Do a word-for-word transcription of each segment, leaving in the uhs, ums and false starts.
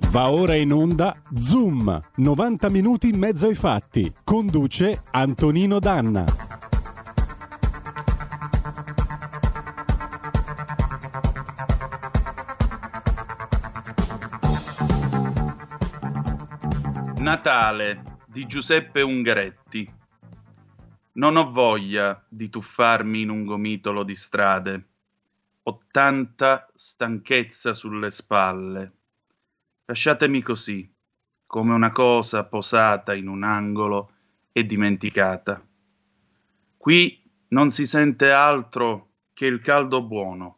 Va ora in onda Zoom, novanta minuti in mezzo ai fatti. Conduce Antonino Danna. Natale di Giuseppe Ungaretti. Non ho voglia di tuffarmi in un gomitolo di strade. Ho tanta stanchezza sulle spalle. Lasciatemi così, come una cosa posata in un angolo e dimenticata. Qui non si sente altro che il caldo buono.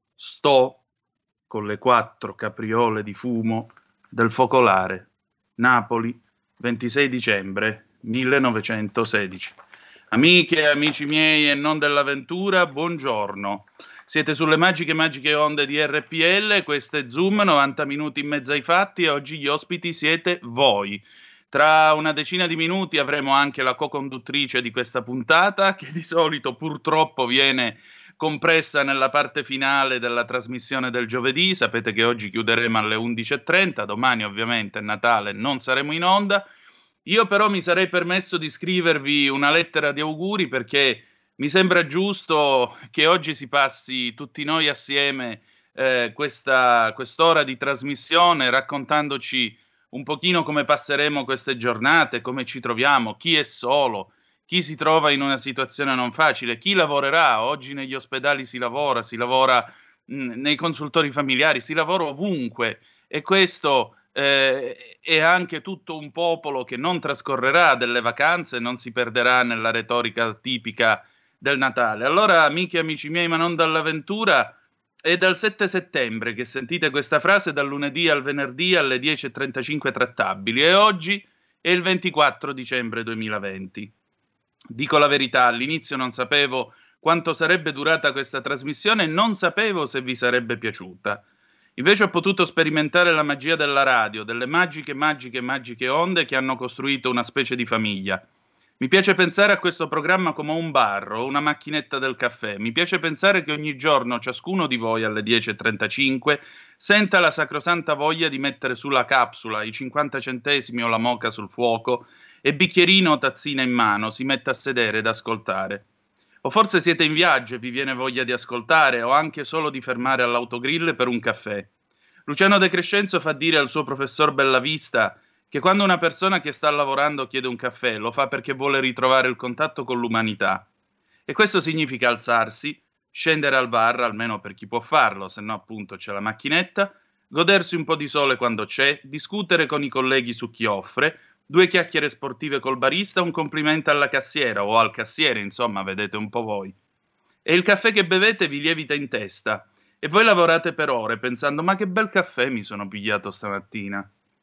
Sto con le quattro capriole di fumo del focolare. Napoli, ventisei dicembre millenovecentosedici. Amiche e amici miei e non dell'avventura, buongiorno. Siete sulle magiche, magiche onde di R P L, questo è Zoom, novanta minuti in mezzo ai fatti e oggi gli ospiti siete voi. Tra una decina di minuti avremo anche la co-conduttrice di questa puntata, che di solito purtroppo viene compressa nella parte finale della trasmissione del giovedì. Sapete che oggi chiuderemo alle undici e trenta, domani ovviamente è Natale, non saremo in onda. Io però mi sarei permesso di scrivervi una lettera di auguri perché mi sembra giusto che oggi si passi tutti noi assieme eh, questa quest'ora di trasmissione raccontandoci un pochino come passeremo queste giornate, come ci troviamo, chi è solo, chi si trova in una situazione non facile, chi lavorerà. Oggi negli ospedali si lavora, si lavora mh, nei consultori familiari, si lavora ovunque e questo eh, è anche tutto un popolo che non trascorrerà delle vacanze, non si perderà nella retorica tipica del Natale. Allora, amiche e amici miei, ma non dall'avventura, è dal sette settembre che sentite questa frase, dal lunedì al venerdì alle dieci e trentacinque trattabili, e oggi è il ventiquattro dicembre duemilaventi. Dico la verità, all'inizio non sapevo quanto sarebbe durata questa trasmissione e non sapevo se vi sarebbe piaciuta. Invece ho potuto sperimentare la magia della radio, delle magiche, magiche, magiche onde che hanno costruito una specie di famiglia. Mi piace pensare a questo programma come un bar o una macchinetta del caffè. Mi piace pensare che ogni giorno ciascuno di voi alle dieci e trentacinque senta la sacrosanta voglia di mettere sulla capsula i cinquanta centesimi o la moka sul fuoco e bicchierino o tazzina in mano si metta a sedere ed ascoltare. O forse siete in viaggio e vi viene voglia di ascoltare o anche solo di fermare all'autogrill per un caffè. Luciano De Crescenzo fa dire al suo professor Bellavista che quando una persona che sta lavorando chiede un caffè lo fa perché vuole ritrovare il contatto con l'umanità. E questo significa alzarsi, scendere al bar, almeno per chi può farlo, se no appunto c'è la macchinetta, godersi un po' di sole quando c'è, discutere con i colleghi su chi offre, due chiacchiere sportive col barista, un complimento alla cassiera o al cassiere, insomma, vedete un po' voi. E il caffè che bevete vi lievita in testa e voi lavorate per ore pensando ma che bel caffè mi sono pigliato stamattina.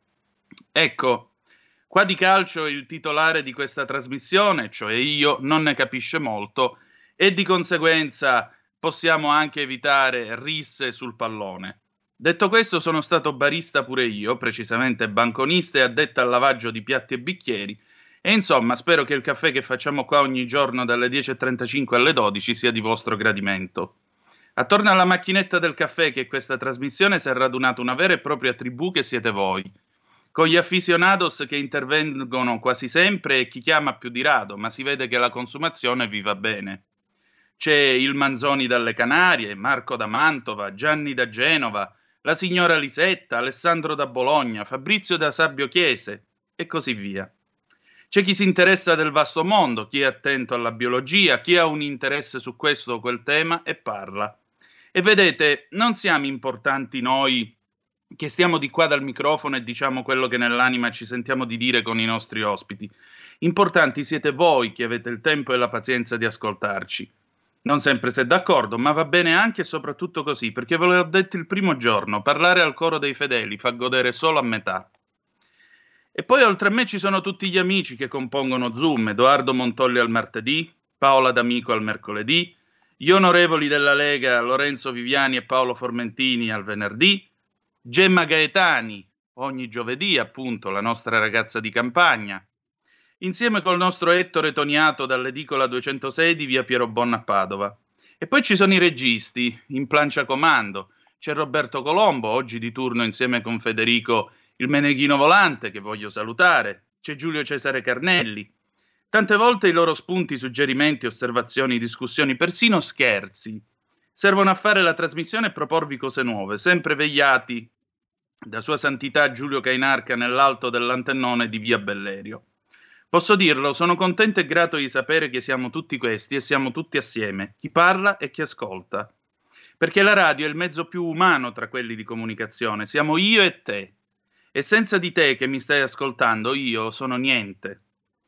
Ecco, qua di calcio il titolare di questa trasmissione, cioè io, non ne capisce molto e di conseguenza possiamo anche evitare risse sul pallone. Detto questo, sono stato barista pure io, precisamente banconista e addetta al lavaggio di piatti e bicchieri, e insomma spero che il caffè che facciamo qua ogni giorno dalle dieci e trentacinque alle dodici sia di vostro gradimento. Attorno alla macchinetta del caffè che è questa trasmissione si è radunata una vera e propria tribù che siete voi, con gli aficionados che intervengono quasi sempre e chi chiama più di rado, ma si vede che la consumazione vi va bene. C'è il Manzoni dalle Canarie, Marco da Mantova, Gianni da Genova, la signora Lisetta, Alessandro da Bologna, Fabrizio da Sabbio Chiese e così via. C'è chi si interessa del vasto mondo, chi è attento alla biologia, chi ha un interesse su questo o quel tema e parla. E vedete, non siamo importanti noi che stiamo di qua dal microfono e diciamo quello che nell'anima ci sentiamo di dire con i nostri ospiti. Importanti siete voi che avete il tempo e la pazienza di ascoltarci. Non sempre sei d'accordo, ma va bene anche e soprattutto così, perché ve l'ho detto il primo giorno, parlare al coro dei fedeli fa godere solo a metà. E poi oltre a me ci sono tutti gli amici che compongono Zoom, Edoardo Montolli al martedì, Paola D'Amico al mercoledì, gli onorevoli della Lega Lorenzo Viviani e Paolo Formentini al venerdì, Gemma Gaetani ogni giovedì, appunto, la nostra ragazza di campagna, insieme col nostro Ettore Toniato dall'edicola duecentosei di via Piero Bonna a Padova. E poi ci sono i registi, in plancia comando. C'è Roberto Colombo, oggi di turno insieme con Federico il Meneghino Volante, che voglio salutare, c'è Giulio Cesare Carnelli. Tante volte i loro spunti, suggerimenti, osservazioni, discussioni, persino scherzi, servono a fare la trasmissione e proporvi cose nuove, sempre vegliati da Sua Santità Giulio Cainarca nell'alto dell'antennone di Via Bellerio. Posso dirlo, sono contento e grato di sapere che siamo tutti questi e siamo tutti assieme, chi parla e chi ascolta. Perché la radio è il mezzo più umano tra quelli di comunicazione, siamo io e te. E senza di te che mi stai ascoltando, io sono niente.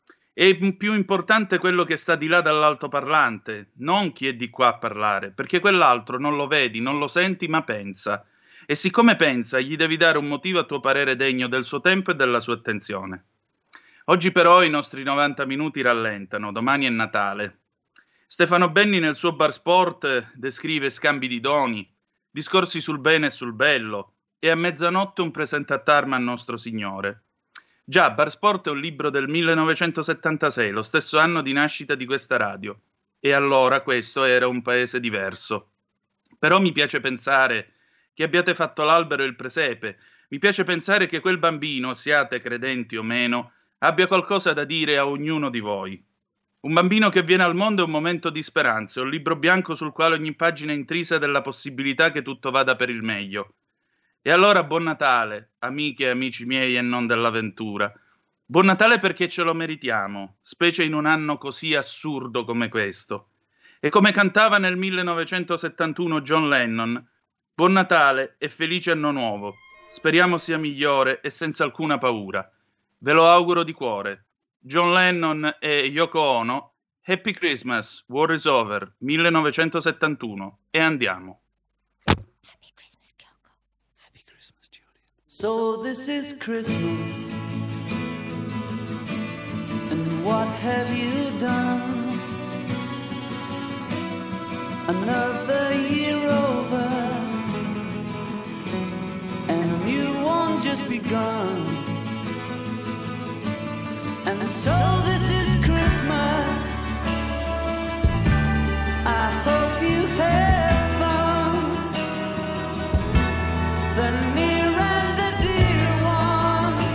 È più importante quello che sta di là dall'altoparlante, non chi è di qua a parlare, perché quell'altro non lo vedi, non lo senti, ma pensa. E siccome pensa, gli devi dare un motivo a tuo parere degno del suo tempo e della sua attenzione. Oggi però i nostri novanta minuti rallentano, domani è Natale. Stefano Benni nel suo Bar Sport descrive scambi di doni, discorsi sul bene e sul bello, e a mezzanotte un presentatarma a Nostro Signore. Già, Bar Sport è un libro del millenovecentosettantasei, lo stesso anno di nascita di questa radio, e allora questo era un paese diverso. Però mi piace pensare che abbiate fatto l'albero e il presepe, mi piace pensare che quel bambino, siate credenti o meno, abbia qualcosa da dire a ognuno di voi. Un bambino che viene al mondo è un momento di speranza, un libro bianco sul quale ogni pagina è intrisa della possibilità che tutto vada per il meglio. E allora buon Natale, amiche e amici miei e non dell'avventura. Buon Natale perché ce lo meritiamo, specie in un anno così assurdo come questo. E come cantava nel millenovecentosettantuno John Lennon, buon Natale e felice anno nuovo. Speriamo sia migliore e senza alcuna paura. Ve lo auguro di cuore. John Lennon e Yoko Ono, Happy Christmas, War is Over, millenovecentosettantuno. E andiamo. Happy Christmas, Kyoko. Happy Christmas, Julian. So this is Christmas, and what have you done? Another year over, and a new one just begun. And so this is Christmas, I hope you have fun. The near and the dear ones,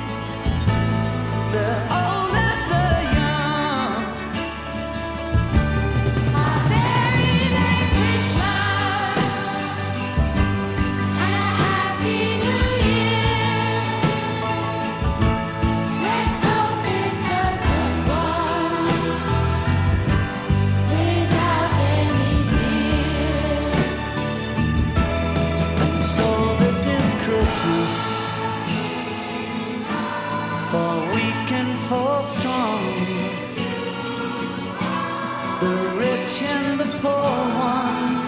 the old and the young. A very Merry Christmas and a Happy New Year. Let's hope it's a good one without any fear. And so this is Christmas, for weak and for strong, the rich and the poor ones.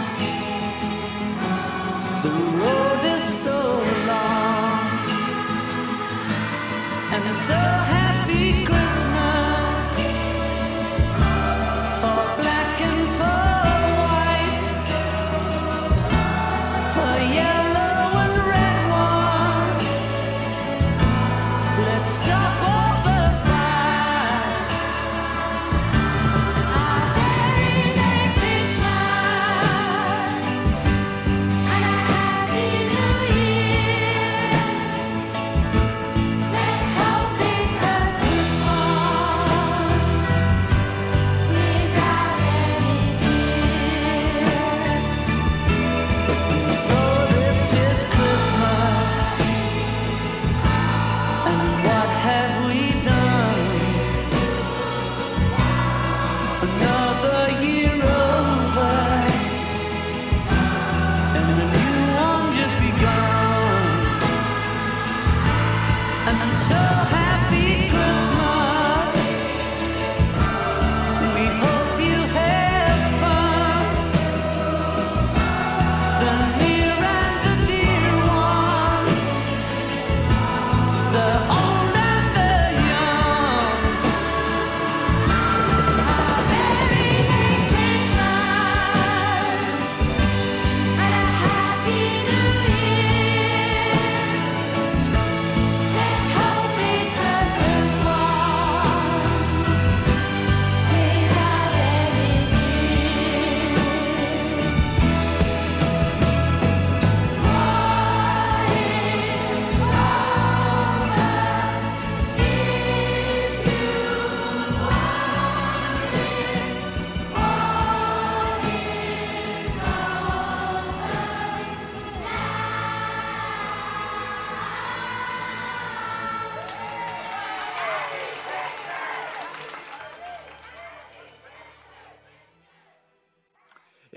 The road is so long, and so happy Christmas for black and for white, for yellow and red ones. Let's stop all the fight. A very Merry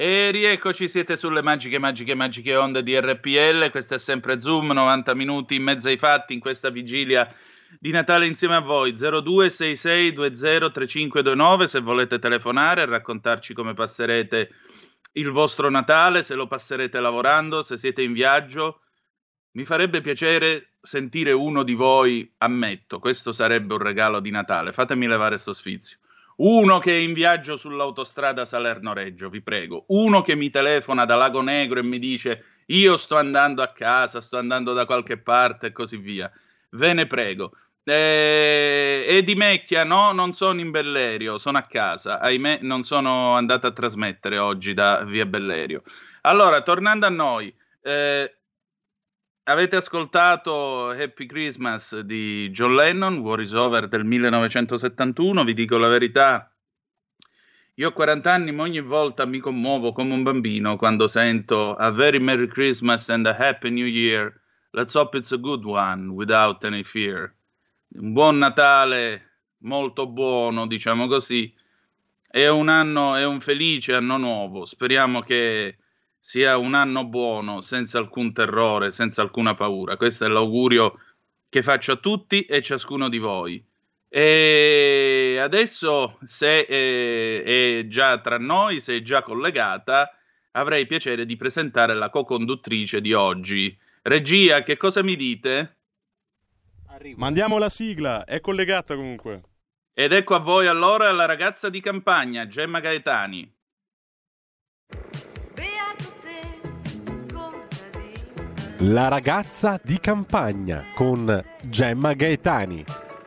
E rieccoci, siete sulle magiche, magiche, magiche onde di R P L. Questo è sempre Zoom, novanta minuti in mezzo ai fatti in questa vigilia di Natale insieme a voi. zero due sei sei due zero tre cinque due nove se volete telefonare e raccontarci come passerete il vostro Natale, se lo passerete lavorando, se siete in viaggio. Mi farebbe piacere sentire uno di voi, ammetto, questo sarebbe un regalo di Natale. Fatemi levare sto sfizio. Uno che è in viaggio sull'autostrada Salerno-Reggio, vi prego. Uno che mi telefona da Lago Negro e mi dice io sto andando a casa, sto andando da qualche parte e così via. Ve ne prego. Eh, e di Mecchia, no, non sono in Bellerio, sono a casa. Ahimè, non sono andato a trasmettere oggi da via Bellerio. Allora, tornando a noi, eh, avete ascoltato Happy Christmas di John Lennon, War is Over del millenovecentosettantuno. Vi dico la verità, io ho quaranta anni, ma ogni volta mi commuovo come un bambino quando sento A Very Merry Christmas and a Happy New Year. Let's hope it's a good one, without any fear. Un buon Natale, molto buono, diciamo così. È un anno, è un felice anno nuovo. Speriamo che sia un anno buono, senza alcun terrore, senza alcuna paura. Questo è l'augurio che faccio a tutti e ciascuno di voi. E adesso, se è, è già tra noi, se è già collegata, avrei piacere di presentare la co-conduttrice di oggi. Regia, che cosa mi dite? Mandiamo la sigla, è collegata comunque. Ed ecco a voi allora la ragazza di campagna, Gemma Gaetani. La ragazza di campagna con Gemma Gaetani.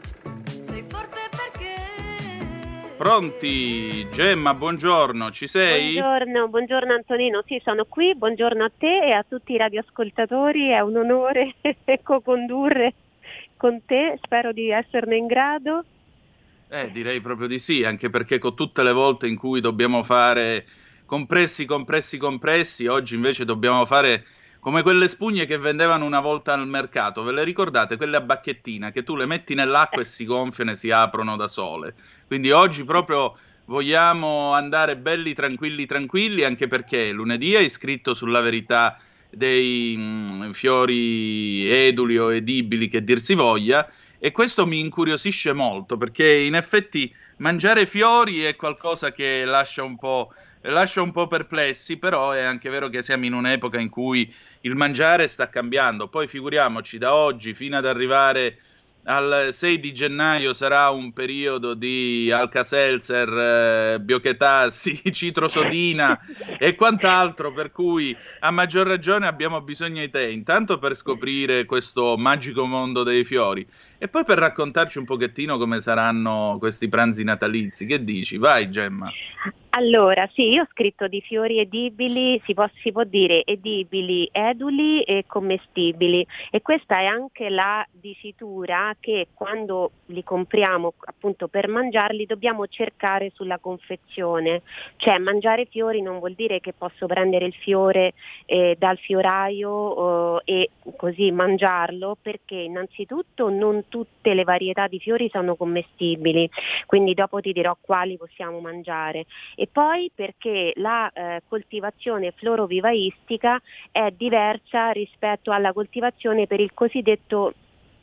Pronti? Gemma, buongiorno, ci sei? Buongiorno, buongiorno Antonino, sì, sono qui, buongiorno a te e a tutti i radioascoltatori, è un onore co-condurre con te, spero di esserne in grado. Eh, direi proprio di sì, anche perché con tutte le volte in cui dobbiamo fare compressi, compressi, compressi, oggi invece dobbiamo fare come quelle spugne che vendevano una volta al mercato, ve le ricordate? Quelle a bacchettina, che tu le metti nell'acqua e si gonfiano e si aprono da sole. Quindi oggi proprio vogliamo andare belli tranquilli tranquilli, anche perché lunedì hai scritto sulla Verità dei mh, fiori eduli o edibili, che dir si voglia, e questo mi incuriosisce molto, perché in effetti mangiare fiori è qualcosa che lascia un po', lascia un po' perplessi, però è anche vero che siamo in un'epoca in cui il mangiare sta cambiando. Poi figuriamoci, da oggi fino ad arrivare al sei di gennaio sarà un periodo di Alka-Seltzer, eh, Biochetassi, citrosodina e quant'altro, per cui a maggior ragione abbiamo bisogno di te, intanto per scoprire questo magico mondo dei fiori e poi per raccontarci un pochettino come saranno questi pranzi natalizi. Che dici? Vai Gemma. Allora, sì, io ho scritto di fiori edibili, si può, si può dire edibili, eduli e commestibili, e questa è anche la dicitura che quando li compriamo appunto per mangiarli dobbiamo cercare sulla confezione. Cioè mangiare fiori non vuol dire che posso prendere il fiore eh, dal fioraio eh, e così mangiarlo, perché innanzitutto non tutte le varietà di fiori sono commestibili, quindi dopo ti dirò quali possiamo mangiare. E poi perché la eh, coltivazione florovivaistica è diversa rispetto alla coltivazione per il cosiddetto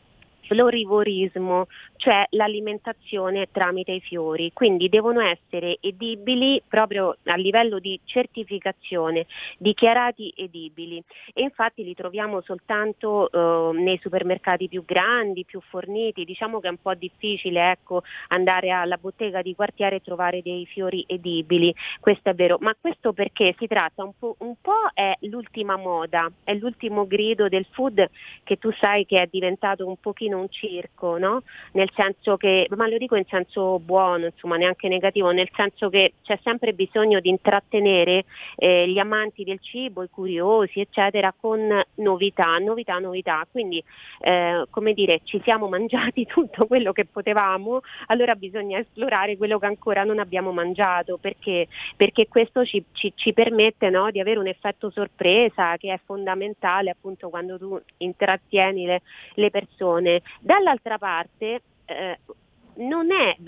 florivorismo, cioè l'alimentazione tramite i fiori, quindi devono essere edibili proprio a livello di certificazione, dichiarati edibili, e infatti li troviamo soltanto eh, nei supermercati più grandi, più forniti. Diciamo che è un po' difficile, ecco, andare alla bottega di quartiere e trovare dei fiori edibili, questo è vero, ma questo perché si tratta un po', un po' è l'ultima moda, è l'ultimo grido del food, che tu sai che è diventato un pochino un circo, no? Nel senso che, ma lo dico in senso buono, insomma, neanche negativo, nel senso che c'è sempre bisogno di intrattenere eh, gli amanti del cibo, i curiosi, eccetera, con novità, novità, novità. Quindi, eh, come dire, ci siamo mangiati tutto quello che potevamo, allora bisogna esplorare quello che ancora non abbiamo mangiato, perché, perché questo ci, ci, ci permette, no, di avere un effetto sorpresa che è fondamentale appunto quando tu intrattieni le, le persone. Dall'altra parte eh, non è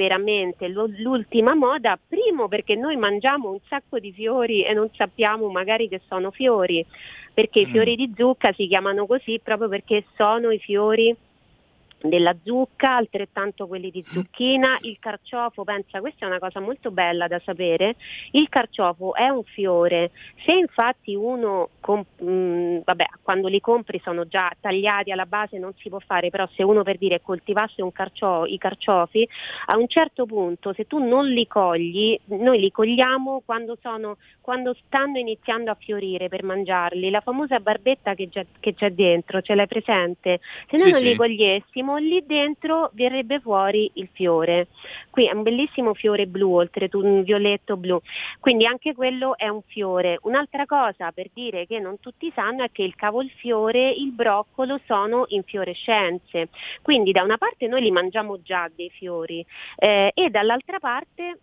veramente lo- l'ultima moda, primo perché noi mangiamo un sacco di fiori e non sappiamo magari che sono fiori, perché i Mm. fiori di zucca si chiamano così proprio perché sono i fiori della zucca, altrettanto quelli di zucchina. Il carciofo, pensa, questa è una cosa molto bella da sapere, il carciofo è un fiore, se infatti uno, comp- mh, vabbè, quando li compri sono già tagliati alla base, non si può fare, però se uno per dire coltivasse un carcio- i carciofi, a un certo punto se tu non li cogli, noi li cogliamo quando sono quando stanno iniziando a fiorire per mangiarli, la famosa barbetta che c'è, che c'è dentro, ce l'hai presente? Se noi Sì, non sì. li cogliessimo, lì dentro verrebbe fuori il fiore. Qui è un bellissimo fiore blu, oltretutto un violetto blu, quindi anche quello è un fiore. Un'altra cosa per dire che non tutti sanno è che il cavolfiore, il broccolo sono infiorescenze, quindi da una parte noi li mangiamo già dei fiori eh, e dall'altra parte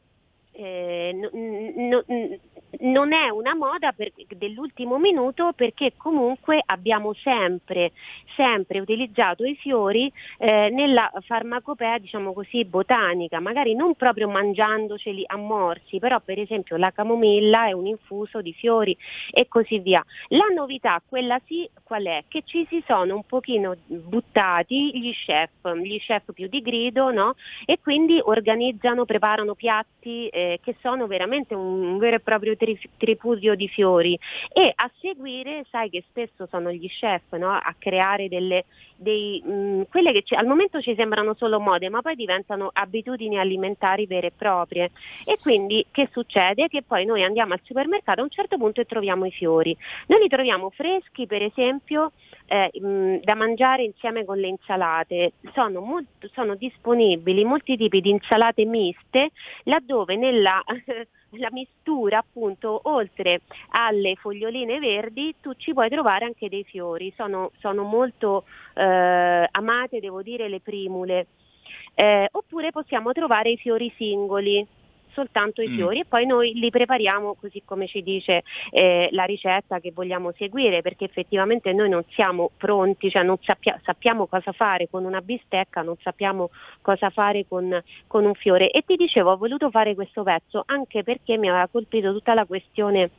Eh, n- n- n- non è una moda per- dell'ultimo minuto, perché comunque abbiamo sempre, sempre utilizzato i fiori eh, nella farmacopea, diciamo così, botanica, magari non proprio mangiandoceli a morsi, però per esempio la camomilla è un infuso di fiori e così via. La novità, quella sì, qual è? Che ci si sono un pochino buttati gli chef, gli chef più di grido, no? E quindi organizzano, preparano piatti eh, che sono veramente un, un vero e proprio tri- tripudio di fiori, e a seguire sai che spesso sono gli chef, no? A creare delle dei, mh, quelle che ci- al momento ci sembrano solo mode, ma poi diventano abitudini alimentari vere e proprie. E quindi che succede? Che poi noi andiamo al supermercato a un certo punto e troviamo i fiori. Noi li troviamo freschi, per esempio, eh, mh, da mangiare insieme con le insalate. Sono, molto, sono disponibili molti tipi di insalate miste, laddove nella la mistura, appunto, oltre alle foglioline verdi tu ci puoi trovare anche dei fiori. Sono, sono molto eh, amate, devo dire, le primule. Eh, oppure possiamo trovare i fiori singoli, soltanto i Mm. fiori, e poi noi li prepariamo così come ci dice eh, la ricetta che vogliamo seguire, perché effettivamente noi non siamo pronti, cioè non sappia- sappiamo cosa fare con una bistecca, non sappiamo cosa fare con, con un fiore. E ti dicevo, ho voluto fare questo pezzo anche perché mi aveva colpito tutta la questione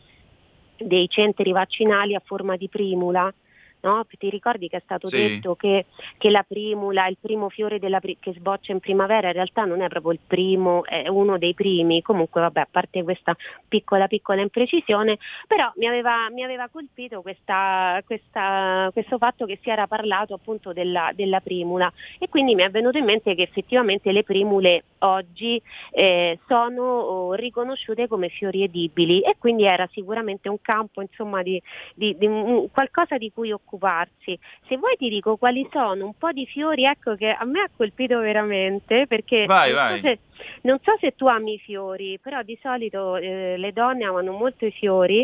dei centri vaccinali a forma di primula. No? Ti ricordi che è stato Sì. detto che, che la primula, il primo fiore della pri- che sboccia in primavera, in realtà non è proprio il primo, è uno dei primi. Comunque vabbè, a parte questa piccola piccola imprecisione, però mi aveva, mi aveva colpito questa, questa, questo fatto che si era parlato appunto della, della primula, e quindi mi è venuto in mente che effettivamente le primule oggi eh, sono oh, riconosciute come fiori edibili, e quindi era sicuramente un campo, insomma, di, di, di un- qualcosa di cui occuparsi. Se vuoi ti dico quali sono un po' di fiori, ecco, che a me ha colpito veramente, perché Vai, non so vai. se, non so se tu ami i fiori, però di solito eh, le donne amano molto i fiori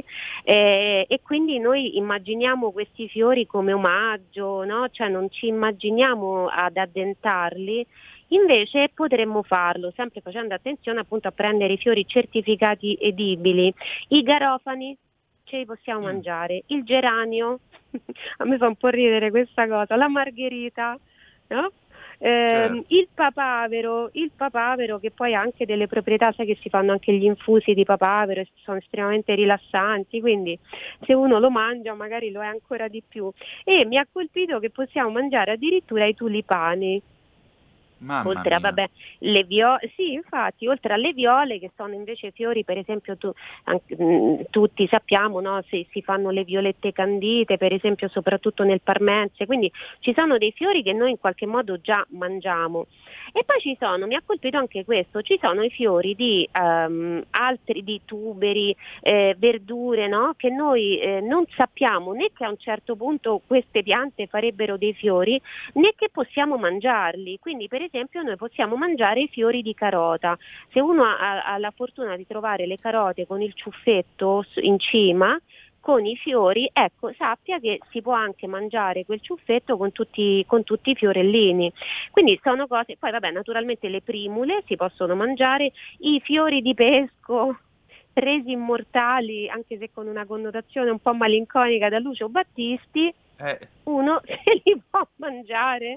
eh, e quindi noi immaginiamo questi fiori come omaggio, no? Cioè non ci immaginiamo ad addentarli. Invece potremmo farlo, sempre facendo attenzione appunto a prendere i fiori certificati edibili. I garofani ce li possiamo Mm. mangiare, il geranio, a me fa un po' ridere questa cosa, la margherita, no? Ehm, Certo. il papavero, il papavero che poi ha anche delle proprietà, sai che si fanno anche gli infusi di papavero e sono estremamente rilassanti, quindi se uno lo mangia magari lo è ancora di più. E mi ha colpito che possiamo mangiare addirittura i tulipani. Mamma Oltre a, mia. vabbè, le viole, sì, infatti, oltre alle viole, che sono invece fiori, per esempio, tu, anche, mh, tutti sappiamo, no, se si fanno le violette candite, per esempio, soprattutto nel parmense, quindi ci sono dei fiori che noi in qualche modo già mangiamo. E poi ci sono, mi ha colpito anche questo, ci sono i fiori di ehm, altri, di tuberi, eh, verdure, no, che noi eh, non sappiamo né che a un certo punto queste piante farebbero dei fiori, né che possiamo mangiarli. Quindi per esempio noi possiamo mangiare i fiori di carota. Se uno ha, ha la fortuna di trovare le carote con il ciuffetto s- in cima, con i fiori, ecco, sappia che si può anche mangiare quel ciuffetto con tutti, con tutti i fiorellini. Quindi sono cose, poi vabbè, naturalmente le primule si possono mangiare, i fiori di pesco resi immortali, anche se con una connotazione un po' malinconica, da Lucio Battisti, Eh, uno se li può mangiare.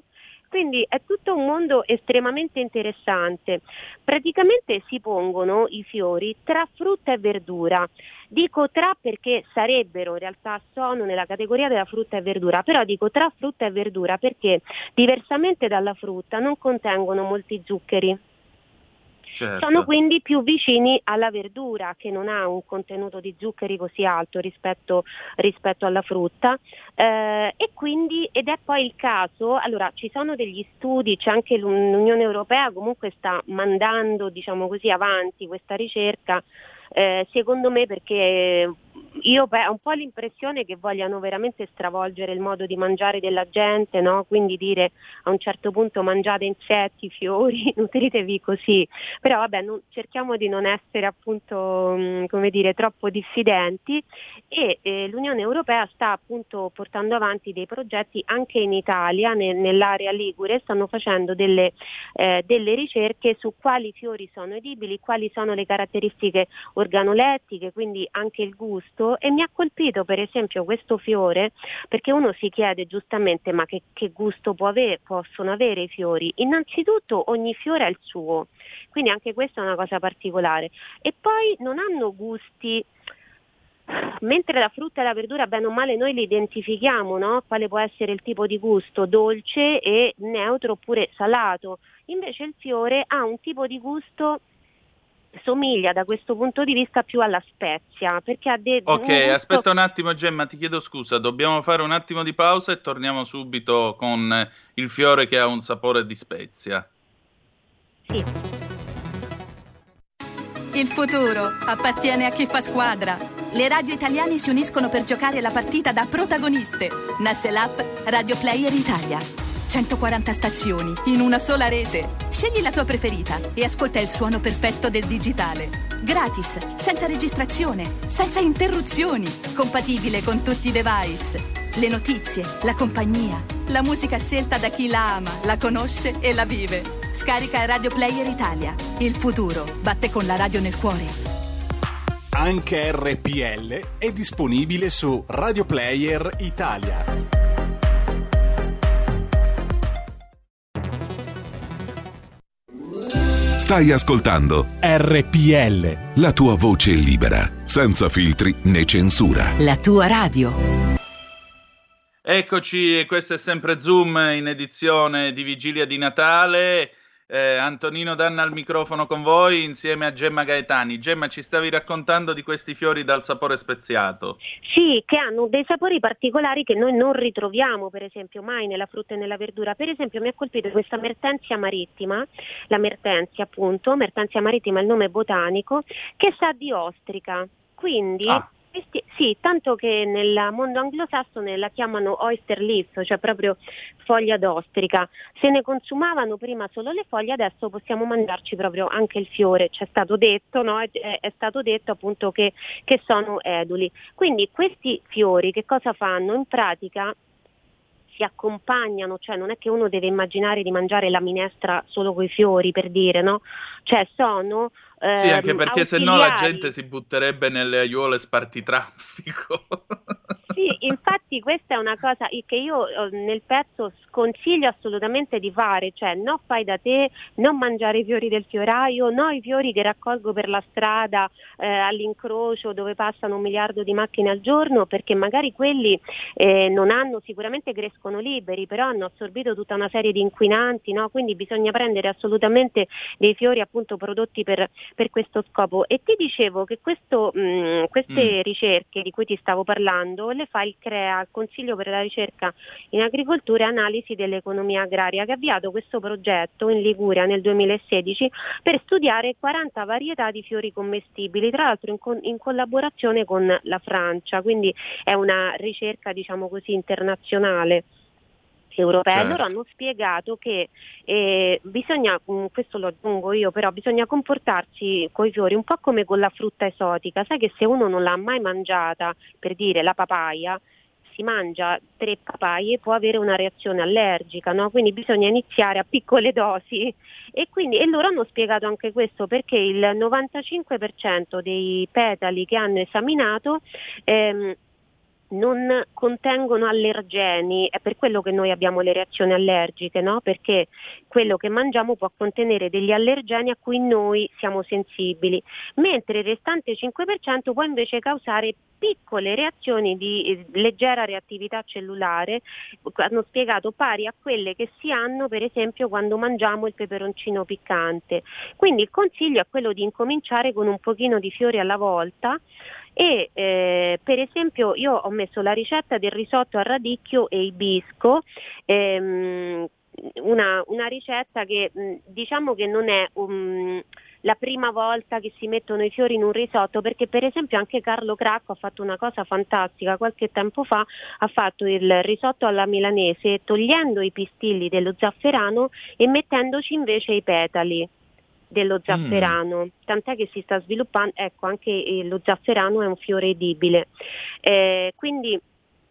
Quindi è tutto un mondo estremamente interessante. Praticamente si pongono i fiori tra frutta e verdura. Dico tra perché sarebbero, in realtà sono nella categoria della frutta e verdura, però dico tra frutta e verdura perché diversamente dalla frutta non contengono molti zuccheri. Certo. Sono quindi più vicini alla verdura, che non ha un contenuto di zuccheri così alto rispetto, rispetto alla frutta, eh, e quindi, ed è poi il caso, allora ci sono degli studi, c'è anche l'Unione Europea comunque sta mandando, diciamo così, avanti questa ricerca, eh, secondo me perché io beh, ho un po' l'impressione che vogliano veramente stravolgere il modo di mangiare della gente, no? Quindi dire a un certo punto mangiate insetti, fiori, nutritevi così, però vabbè non, cerchiamo di non essere appunto mh, come dire troppo diffidenti e eh, l'Unione Europea sta appunto portando avanti dei progetti anche in Italia, ne, nell'area Ligure, stanno facendo delle, eh, delle ricerche su quali fiori sono edibili, quali sono le caratteristiche organolettiche, quindi anche il gusto, e mi ha colpito per esempio questo fiore perché uno si chiede giustamente ma che, che gusto può avere, possono avere i fiori. Innanzitutto ogni fiore ha il suo, quindi anche questa è una cosa particolare, e poi non hanno gusti. Mentre la frutta e la verdura bene o male noi li identifichiamo, no? Quale può essere il tipo di gusto, dolce e neutro oppure salato, invece il fiore ha un tipo di gusto, somiglia da questo punto di vista più alla spezia, perché ha de- Ok, un gusto... aspetta un attimo Gemma, ti chiedo scusa, dobbiamo fare un attimo di pausa e torniamo subito con eh, il fiore che ha un sapore di spezia. Sì. Il futuro appartiene a chi fa squadra. Le radio italiane si uniscono per giocare la partita da protagoniste. Nasce l'app Radio Player Italia. centoquaranta stazioni in una sola rete. Scegli la tua preferita e ascolta il suono perfetto del digitale. Gratis, senza registrazione, senza interruzioni, compatibile con tutti i device. Le notizie, la compagnia, la musica scelta da chi la ama, la conosce e la vive. Scarica Radio Player Italia. Il futuro batte con la radio nel cuore. Anche R P L è disponibile su Radio Player Italia. Stai ascoltando R P L, la tua voce libera, senza filtri né censura. La tua radio. Eccoci, questo è sempre Zoom in edizione di Vigilia di Natale. Eh, Antonino Danna al microfono con voi insieme a Gemma Gaetani. Gemma, ci stavi raccontando di questi fiori dal sapore speziato. Sì, che hanno dei sapori particolari che noi non ritroviamo per esempio mai nella frutta e nella verdura. Per esempio mi ha colpito questa Mertensia marittima, la Mertensia appunto, Mertensia marittima è il nome botanico, che sa di ostrica, quindi... Ah. Questi, sì, tanto che nel mondo anglosassone la chiamano oyster leaf, cioè proprio foglia d'ostrica. Se ne consumavano prima solo le foglie, adesso possiamo mangiarci proprio anche il fiore. C'è stato detto, no? È, è stato detto appunto che, che sono eduli. Quindi questi fiori che cosa fanno? In pratica si accompagnano, cioè non è che uno deve immaginare di mangiare la minestra solo coi fiori, per dire, no? Cioè sono ehm, Sì, anche perché se no la ausiliari. gente si butterebbe nelle aiuole spartitraffico. Sì, infatti questa è una cosa che io eh, nel pezzo sconsiglio assolutamente di fare, cioè no fai da te, non mangiare i fiori del fioraio, no i fiori che raccolgo per la strada eh, all'incrocio dove passano un miliardo di macchine al giorno, perché magari quelli eh, non hanno, sicuramente crescono liberi, però hanno assorbito tutta una serie di inquinanti, no? Quindi bisogna prendere assolutamente dei fiori appunto prodotti per, per questo scopo. E ti dicevo che questo, mh, queste Mm. ricerche di cui ti stavo parlando le fa il CREA, il Consiglio per la ricerca in agricoltura e analisi dell'economia agraria, che ha avviato questo progetto in Liguria nel duemilasedici per studiare quaranta varietà di fiori commestibili, tra l'altro in, con- in collaborazione con la Francia, quindi è una ricerca diciamo così internazionale. Europea. Certo. Loro hanno spiegato che eh, bisogna, mh, questo lo aggiungo io, però bisogna comportarsi coi fiori un po' come con la frutta esotica. Sai che se uno non l'ha mai mangiata, per dire la papaya, si mangia tre papaie può avere una reazione allergica, no? Quindi bisogna iniziare a piccole dosi e quindi e loro hanno spiegato anche questo, perché il novantacinque per cento dei petali che hanno esaminato ehm, non contengono allergeni, è per quello che noi abbiamo le reazioni allergiche, no? Perché quello che mangiamo può contenere degli allergeni a cui noi siamo sensibili, mentre il restante cinque per cento può invece causare piccole reazioni di eh, leggera reattività cellulare, hanno spiegato pari a quelle che si hanno per esempio quando mangiamo il peperoncino piccante. Quindi il consiglio è quello di incominciare con un pochino di fiori alla volta. E eh, per esempio io ho messo la ricetta del risotto al radicchio e ibisco, ehm, una, una ricetta che mh, diciamo che non è um, la prima volta che si mettono i fiori in un risotto, perché per esempio anche Carlo Cracco ha fatto una cosa fantastica qualche tempo fa, ha fatto il risotto alla milanese togliendo i pistilli dello zafferano e mettendoci invece i petali dello zafferano, mm. tant'è che si sta sviluppando, ecco, anche eh, lo zafferano è un fiore edibile, eh, quindi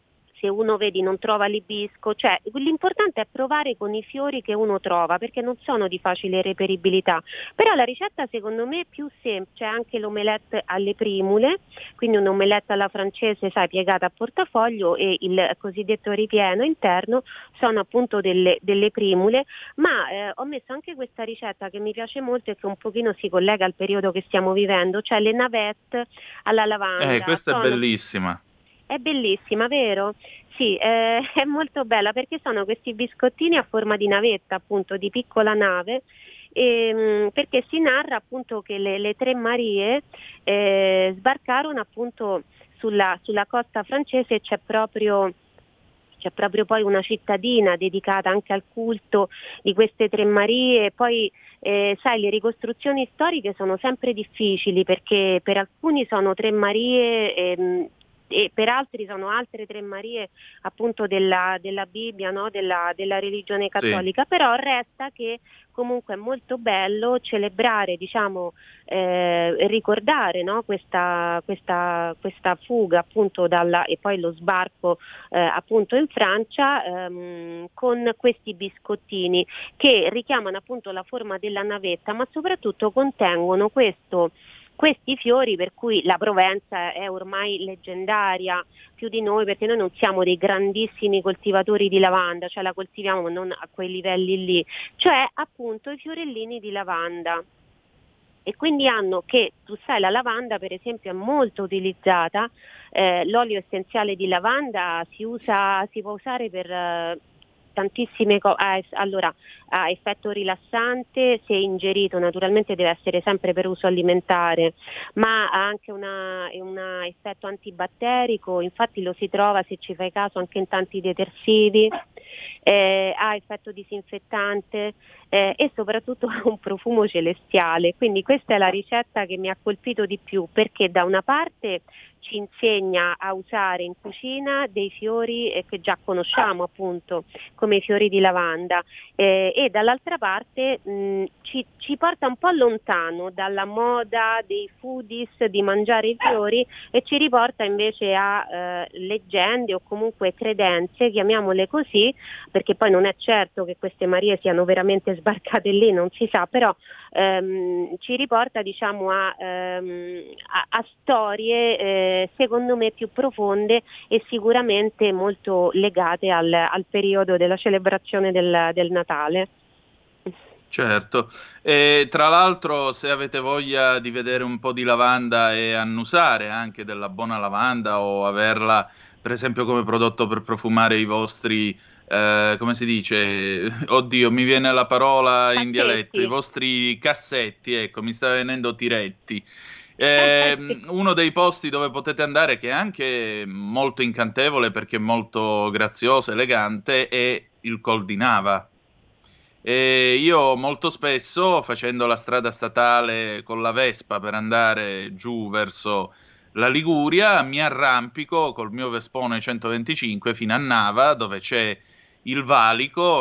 se uno vedi non trova l'ibisco, cioè l'importante è provare con i fiori che uno trova, perché non sono di facile reperibilità, però la ricetta secondo me è più semplice, anche l'omelette alle primule, quindi un'omelette alla francese, sai, piegata a portafoglio, e il cosiddetto ripieno interno sono appunto delle, delle primule, ma eh, ho messo anche questa ricetta che mi piace molto e che un pochino si collega al periodo che stiamo vivendo, cioè le navette alla lavanda. Eh, questa sono... è bellissima. È bellissima, vero? Sì, eh, è molto bella perché sono questi biscottini a forma di navetta, appunto, di piccola nave, ehm, perché si narra appunto che le, le Tre Marie eh, sbarcarono appunto sulla, sulla costa francese, e c'è proprio... C'è proprio poi una cittadina dedicata anche al culto di queste Tre Marie. Poi eh, sai, le ricostruzioni storiche sono sempre difficili perché per alcuni sono Tre Marie ehm, e per altri sono altre Tre Marie appunto della, della Bibbia, no? della, della religione cattolica, sì. Però resta che comunque è molto bello celebrare, diciamo, eh, ricordare, no? questa, questa, questa fuga appunto dalla, e poi lo sbarco eh, appunto in Francia ehm, con questi biscottini che richiamano appunto la forma della navetta, ma soprattutto contengono questo questi fiori per cui la Provenza è ormai leggendaria più di noi, perché noi non siamo dei grandissimi coltivatori di lavanda, cioè la coltiviamo ma non a quei livelli lì, cioè appunto i fiorellini di lavanda. E quindi hanno che, tu sai, la lavanda per esempio è molto utilizzata, eh, l'olio essenziale di lavanda si usa, si può usare per eh, tantissime cose, ah, allora ha effetto rilassante se ingerito, naturalmente deve essere sempre per uso alimentare, ma ha anche una, un effetto antibatterico, infatti lo si trova, se ci fai caso, anche in tanti detersivi, eh, ha effetto disinfettante eh, e soprattutto ha un profumo celestiale, quindi questa è la ricetta che mi ha colpito di più, perché da una parte ci insegna a usare in cucina dei fiori eh, che già conosciamo appunto come i fiori di lavanda eh, e dall'altra parte mh, ci, ci porta un po' lontano dalla moda dei foodies di mangiare i fiori e ci riporta invece a eh, leggende o comunque credenze, chiamiamole così, perché poi non è certo che queste Marie siano veramente sbarcate lì, non si sa, però ehm, ci riporta diciamo a, ehm, a, a storie eh, secondo me più profonde e sicuramente molto legate al, al periodo della celebrazione del, del Natale. Certo, e tra l'altro se avete voglia di vedere un po' di lavanda e annusare anche della buona lavanda o averla per esempio come prodotto per profumare i vostri, eh, come si dice, oddio mi viene la parola in Cassetti. dialetto, i vostri cassetti, ecco mi sta venendo tiretti. Eh, uno dei posti dove potete andare che è anche molto incantevole perché è molto grazioso, elegante, è il Col di Nava. E io molto spesso facendo la strada statale con la Vespa per andare giù verso la Liguria mi arrampico col mio Vespone centoventicinque fino a Nava dove c'è il valico,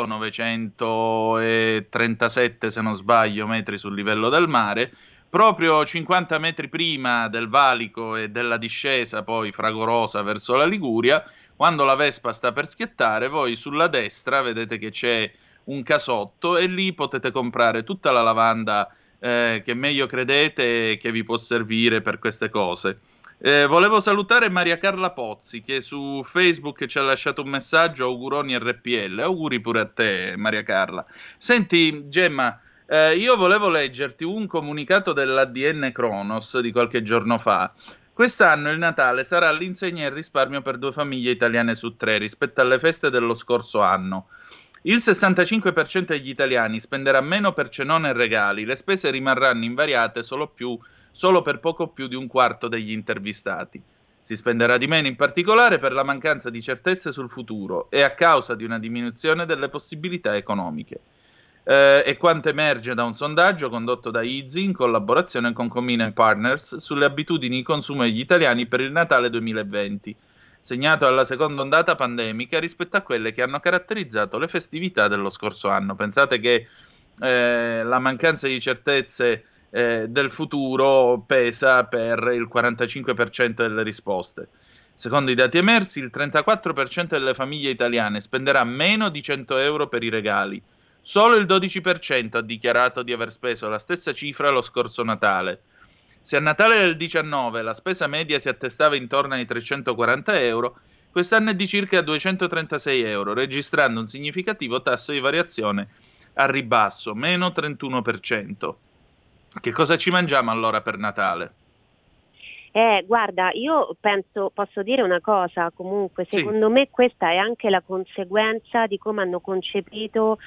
novecentotrentasette se non sbaglio metri sul livello del mare. Proprio cinquanta metri prima del valico e della discesa poi fragorosa verso la Liguria, quando la Vespa sta per schiettare, voi sulla destra vedete che c'è un casotto e lì potete comprare tutta la lavanda eh, che meglio credete che vi può servire per queste cose. Eh, volevo salutare Maria Carla Pozzi che su Facebook ci ha lasciato un messaggio, auguroni R P L, auguri pure a te Maria Carla. Senti Gemma, eh, io volevo leggerti un comunicato dell'A D N Cronos di qualche giorno fa. Quest'anno il Natale sarà all'insegna del risparmio per due famiglie italiane su tre rispetto alle feste dello scorso anno. Il sessantacinque per cento degli italiani spenderà meno per cenone e regali, le spese rimarranno invariate solo più solo per poco più di un quarto degli intervistati. Si spenderà di meno in particolare per la mancanza di certezze sul futuro e a causa di una diminuzione delle possibilità economiche. Eh, è quanto emerge da un sondaggio condotto da I Z I in collaborazione con Commune Partners sulle abitudini di consumo degli italiani per il Natale duemilaventi, segnato alla seconda ondata pandemica rispetto a quelle che hanno caratterizzato le festività dello scorso anno. Pensate che eh, la mancanza di certezze Eh, del futuro pesa per il quarantacinque per cento delle risposte. Secondo i dati emersi, il trentaquattro per cento delle famiglie italiane spenderà meno di cento euro per i regali. Solo il dodici per cento ha dichiarato di aver speso la stessa cifra lo scorso Natale. Se a Natale del diciannove la spesa media si attestava intorno ai trecentoquaranta euro, quest'anno è di circa duecentotrentasei euro, registrando un significativo tasso di variazione a ribasso, meno trentuno per cento. Che cosa ci mangiamo allora per Natale? Eh, guarda, io penso, posso dire una cosa, comunque, secondo sì. me questa è anche la conseguenza di come hanno concepito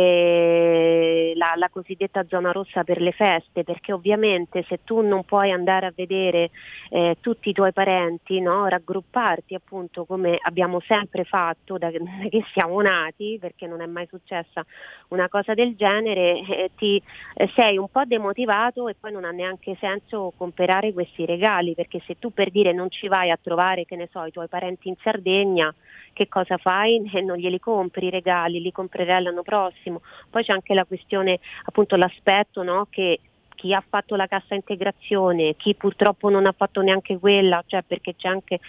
eh, la, la cosiddetta zona rossa per le feste, perché ovviamente se tu non puoi andare a vedere eh, tutti i tuoi parenti, no, raggrupparti appunto come abbiamo sempre fatto da che siamo nati, perché non è mai successa una cosa del genere, eh, ti eh, sei un po' demotivato e poi non ha neanche senso comprare questi regali, perché se tu per dire non ci vai a trovare, che ne so, i tuoi parenti in Sardegna, che cosa fai? E non glieli compri i regali, li comprerai l'anno prossimo. Poi c'è anche la questione, appunto l'aspetto, no, che chi ha fatto la cassa integrazione, chi purtroppo non ha fatto neanche quella, cioè perché c'è anche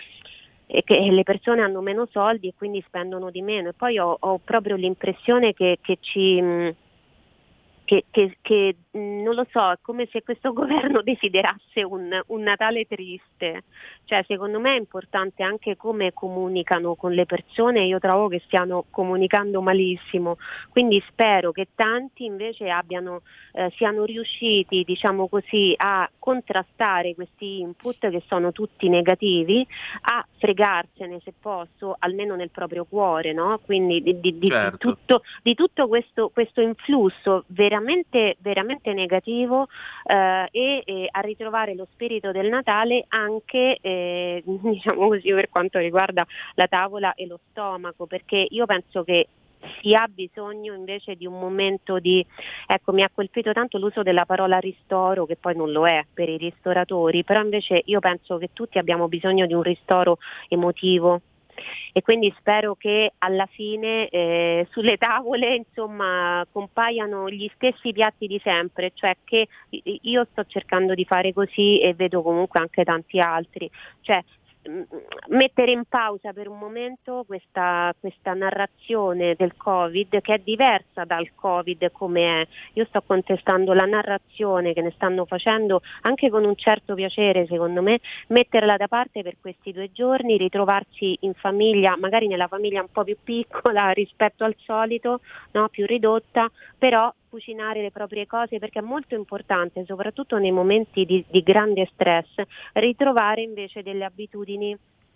e che le persone hanno meno soldi e quindi spendono di meno. E poi ho, ho proprio l'impressione che, che ci Che, che, che non lo so, è come se questo governo desiderasse un, un Natale triste. Cioè, secondo me è importante anche come comunicano con le persone, io trovo che stiano comunicando malissimo, quindi spero che tanti invece abbiano eh, siano riusciti, diciamo così, a contrastare questi input che sono tutti negativi, a fregarsene se posso, almeno nel proprio cuore, no? Quindi di, di, certo. di tutto, di tutto questo, questo influsso veramente, veramente negativo eh, e, e a ritrovare lo spirito del Natale anche eh, diciamo così per quanto riguarda la tavola e lo stomaco, perché io penso che si ha bisogno invece di un momento di, ecco, mi ha colpito tanto l'uso della parola ristoro, che poi non lo è per i ristoratori, però invece io penso che tutti abbiamo bisogno di un ristoro emotivo. E quindi spero che alla fine eh, sulle tavole insomma compaiano gli stessi piatti di sempre, cioè che io sto cercando di fare così e vedo comunque anche tanti altri, cioè mettere in pausa per un momento questa, questa narrazione del Covid che è diversa dal Covid come è. Io sto contestando la narrazione che ne stanno facendo anche con un certo piacere, secondo me, metterla da parte per questi due giorni, ritrovarsi in famiglia, magari nella famiglia un po' più piccola rispetto al solito, no? Più ridotta, però cucinare le proprie cose, perché è molto importante, soprattutto nei momenti di, di grande stress, ritrovare invece delle abitudini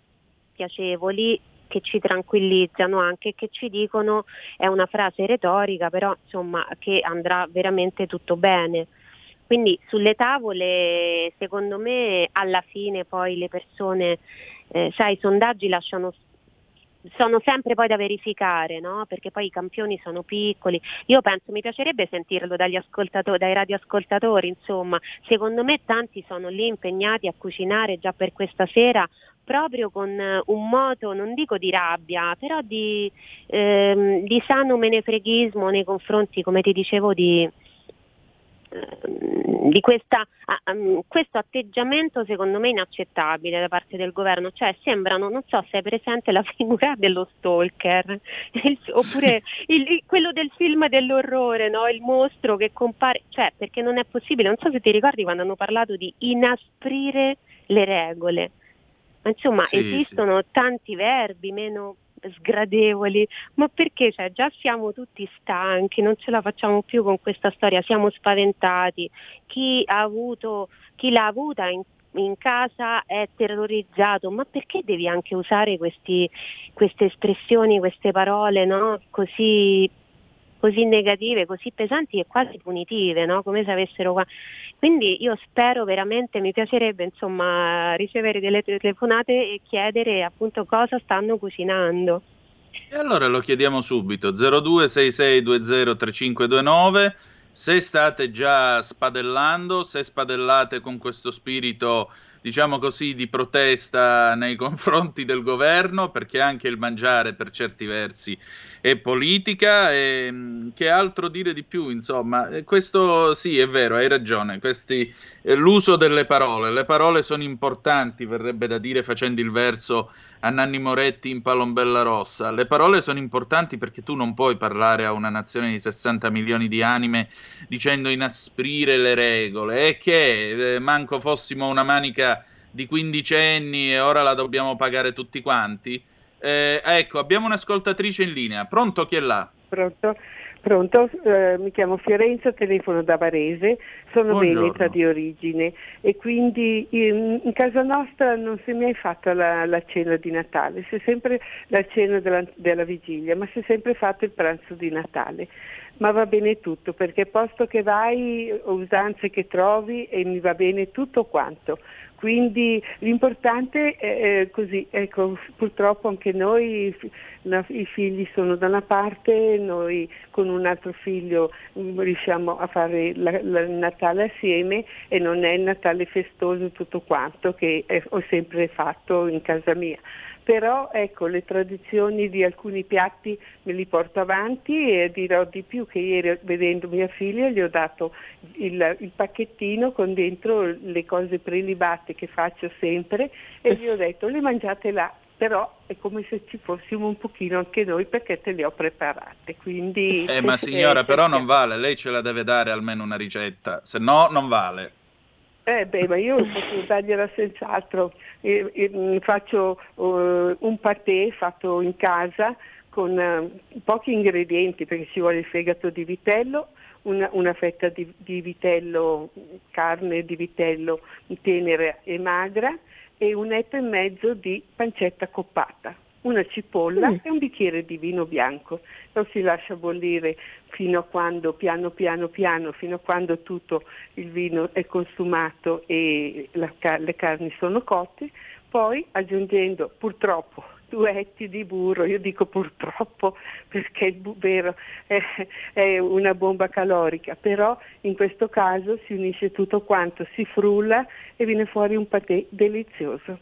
piacevoli che ci tranquillizzano anche, che ci dicono, è una frase retorica, però insomma che andrà veramente tutto bene. Quindi sulle tavole, secondo me, alla fine poi le persone, eh, sai, i sondaggi lasciano sono sempre poi da verificare, no? Perché poi i campioni sono piccoli. Io penso, mi piacerebbe sentirlo dagli ascoltatori, dai radioascoltatori, insomma, secondo me tanti sono lì impegnati a cucinare già per questa sera, proprio con un moto, non dico di rabbia, però di, ehm, di sano menefreghismo nei confronti, come ti dicevo, di di questa, um, questo atteggiamento secondo me inaccettabile da parte del governo, cioè sembrano, non so se è presente la figura dello stalker, il, oppure il, il, quello del film dell'orrore, no? Il mostro che compare, cioè perché non è possibile, non so se ti ricordi quando hanno parlato di inasprire le regole, ma insomma sì, esistono sì. tanti verbi meno sgradevoli, ma perché cioè, già siamo tutti stanchi, non ce la facciamo più con questa storia, siamo spaventati, chi ha avuto, chi l'ha avuta in, in casa è terrorizzato, ma perché devi anche usare questi, queste espressioni, queste parole, no? così così negative, così pesanti e quasi punitive, no? Come se avessero qua. Quindi io spero veramente, mi piacerebbe insomma ricevere delle telefonate e chiedere appunto cosa stanno cucinando. E allora lo chiediamo subito, zero due sei sei due zero tre cinque due nove, se state già spadellando, se spadellate con questo spirito, diciamo così, di protesta nei confronti del governo, perché anche il mangiare per certi versi è politica, e che altro dire di più, insomma, questo sì, è vero, hai ragione, questi, eh, l'uso delle parole, le parole sono importanti, verrebbe da dire facendo il verso a Nanni Moretti in Palombella Rossa, le parole sono importanti perché tu non puoi parlare a una nazione di sessanta milioni di anime dicendo inasprire le regole, e che eh, manco fossimo una manica di quindicenni e ora la dobbiamo pagare tutti quanti. Eh, ecco, abbiamo un'ascoltatrice in linea. Pronto, chi è là? Pronto, pronto. Eh, mi chiamo Fiorenza, telefono da Varese, sono Buongiorno. veneta di origine e quindi in, in casa nostra non si è mai fatta la, la cena di Natale, si è sempre la cena della, della vigilia, ma si è sempre fatto il pranzo di Natale. Ma va bene tutto, perché posto che vai, usanze che trovi e mi va bene tutto quanto. Quindi l'importante è, è così, ecco, purtroppo anche noi, i figli sono da una parte, noi con un altro figlio riusciamo a fare la, la, il Natale assieme e non è il Natale festoso tutto quanto che è, ho sempre fatto in casa mia. Però ecco, le tradizioni di alcuni piatti me li porto avanti e dirò di più che ieri vedendo mia figlia gli ho dato il, il pacchettino con dentro le cose prelibate che faccio sempre e gli ho detto le mangiate là, però è come se ci fossimo un pochino anche noi perché te le ho preparate. Quindi, eh ma signora, eh, però non vale, lei ce la deve dare almeno una ricetta, se no non vale. Eh beh, ma io posso dargliela senz'altro, eh, eh, faccio uh, un patè fatto in casa con uh, pochi ingredienti perché ci vuole il fegato di vitello, una, una fetta di, di vitello, carne di vitello tenera e magra e un etto e mezzo di pancetta coppata, una cipolla mm. e un bicchiere di vino bianco. Lo si lascia bollire fino a quando, piano piano piano, fino a quando tutto il vino è consumato e la, le carni sono cotte, poi aggiungendo purtroppo due etti di burro, io dico purtroppo perché il vero è, è una bomba calorica, però in questo caso si unisce tutto quanto, si frulla e viene fuori un patè delizioso.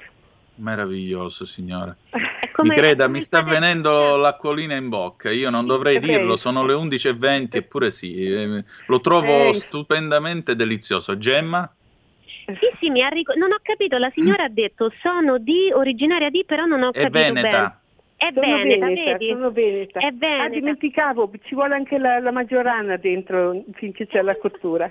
Meraviglioso, signora. Come, mi creda, mi sta venendo l'acquolina in bocca, io non dovrei dirlo, sono le undici e venti eppure sì, eh, lo trovo eh. stupendamente delizioso. Gemma? Sì, sì, mi ha ric- non ho capito, la signora ha detto sono di, originaria di, però non ho È capito veneta. bene. È sono veneta, veneta, vedi? sono veneta. È veneta. Ah, dimenticavo, ci vuole anche la, la maggiorana dentro finché c'è la cottura.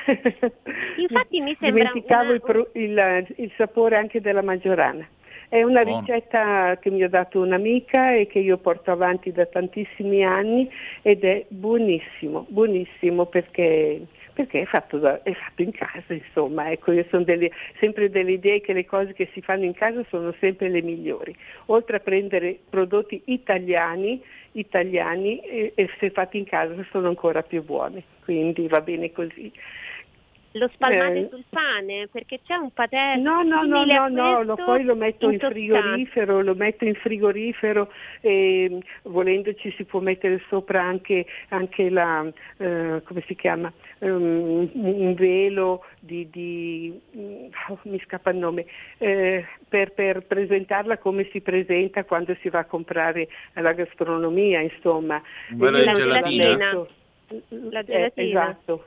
Infatti mi sembra dimenticavo una... il, pro, il, il sapore anche della maggiorana. È una Buono. ricetta che mi ha dato un'amica e che io porto avanti da tantissimi anni ed è buonissimo, buonissimo perché, perché è, fatto da, è fatto in casa, insomma. Ecco, io sono delle, sempre delle idee che le cose che si fanno in casa sono sempre le migliori. Oltre a prendere prodotti italiani, italiani e, e se fatti in casa sono ancora più buoni, quindi va bene così. Lo spalmate Eh, sul pane? Perché c'è un patè No, no, no, simile no, a no, lo, questo poi lo metto in Toscana. frigorifero, lo metto in frigorifero e volendoci si può mettere sopra anche, anche la, eh, come si chiama, um, un velo di, di oh, mi scappa il nome, eh, per, per presentarla come si presenta quando si va a comprare alla gastronomia, insomma. Un velo E di io gelatina? metto- La eh, gelatina. esatto.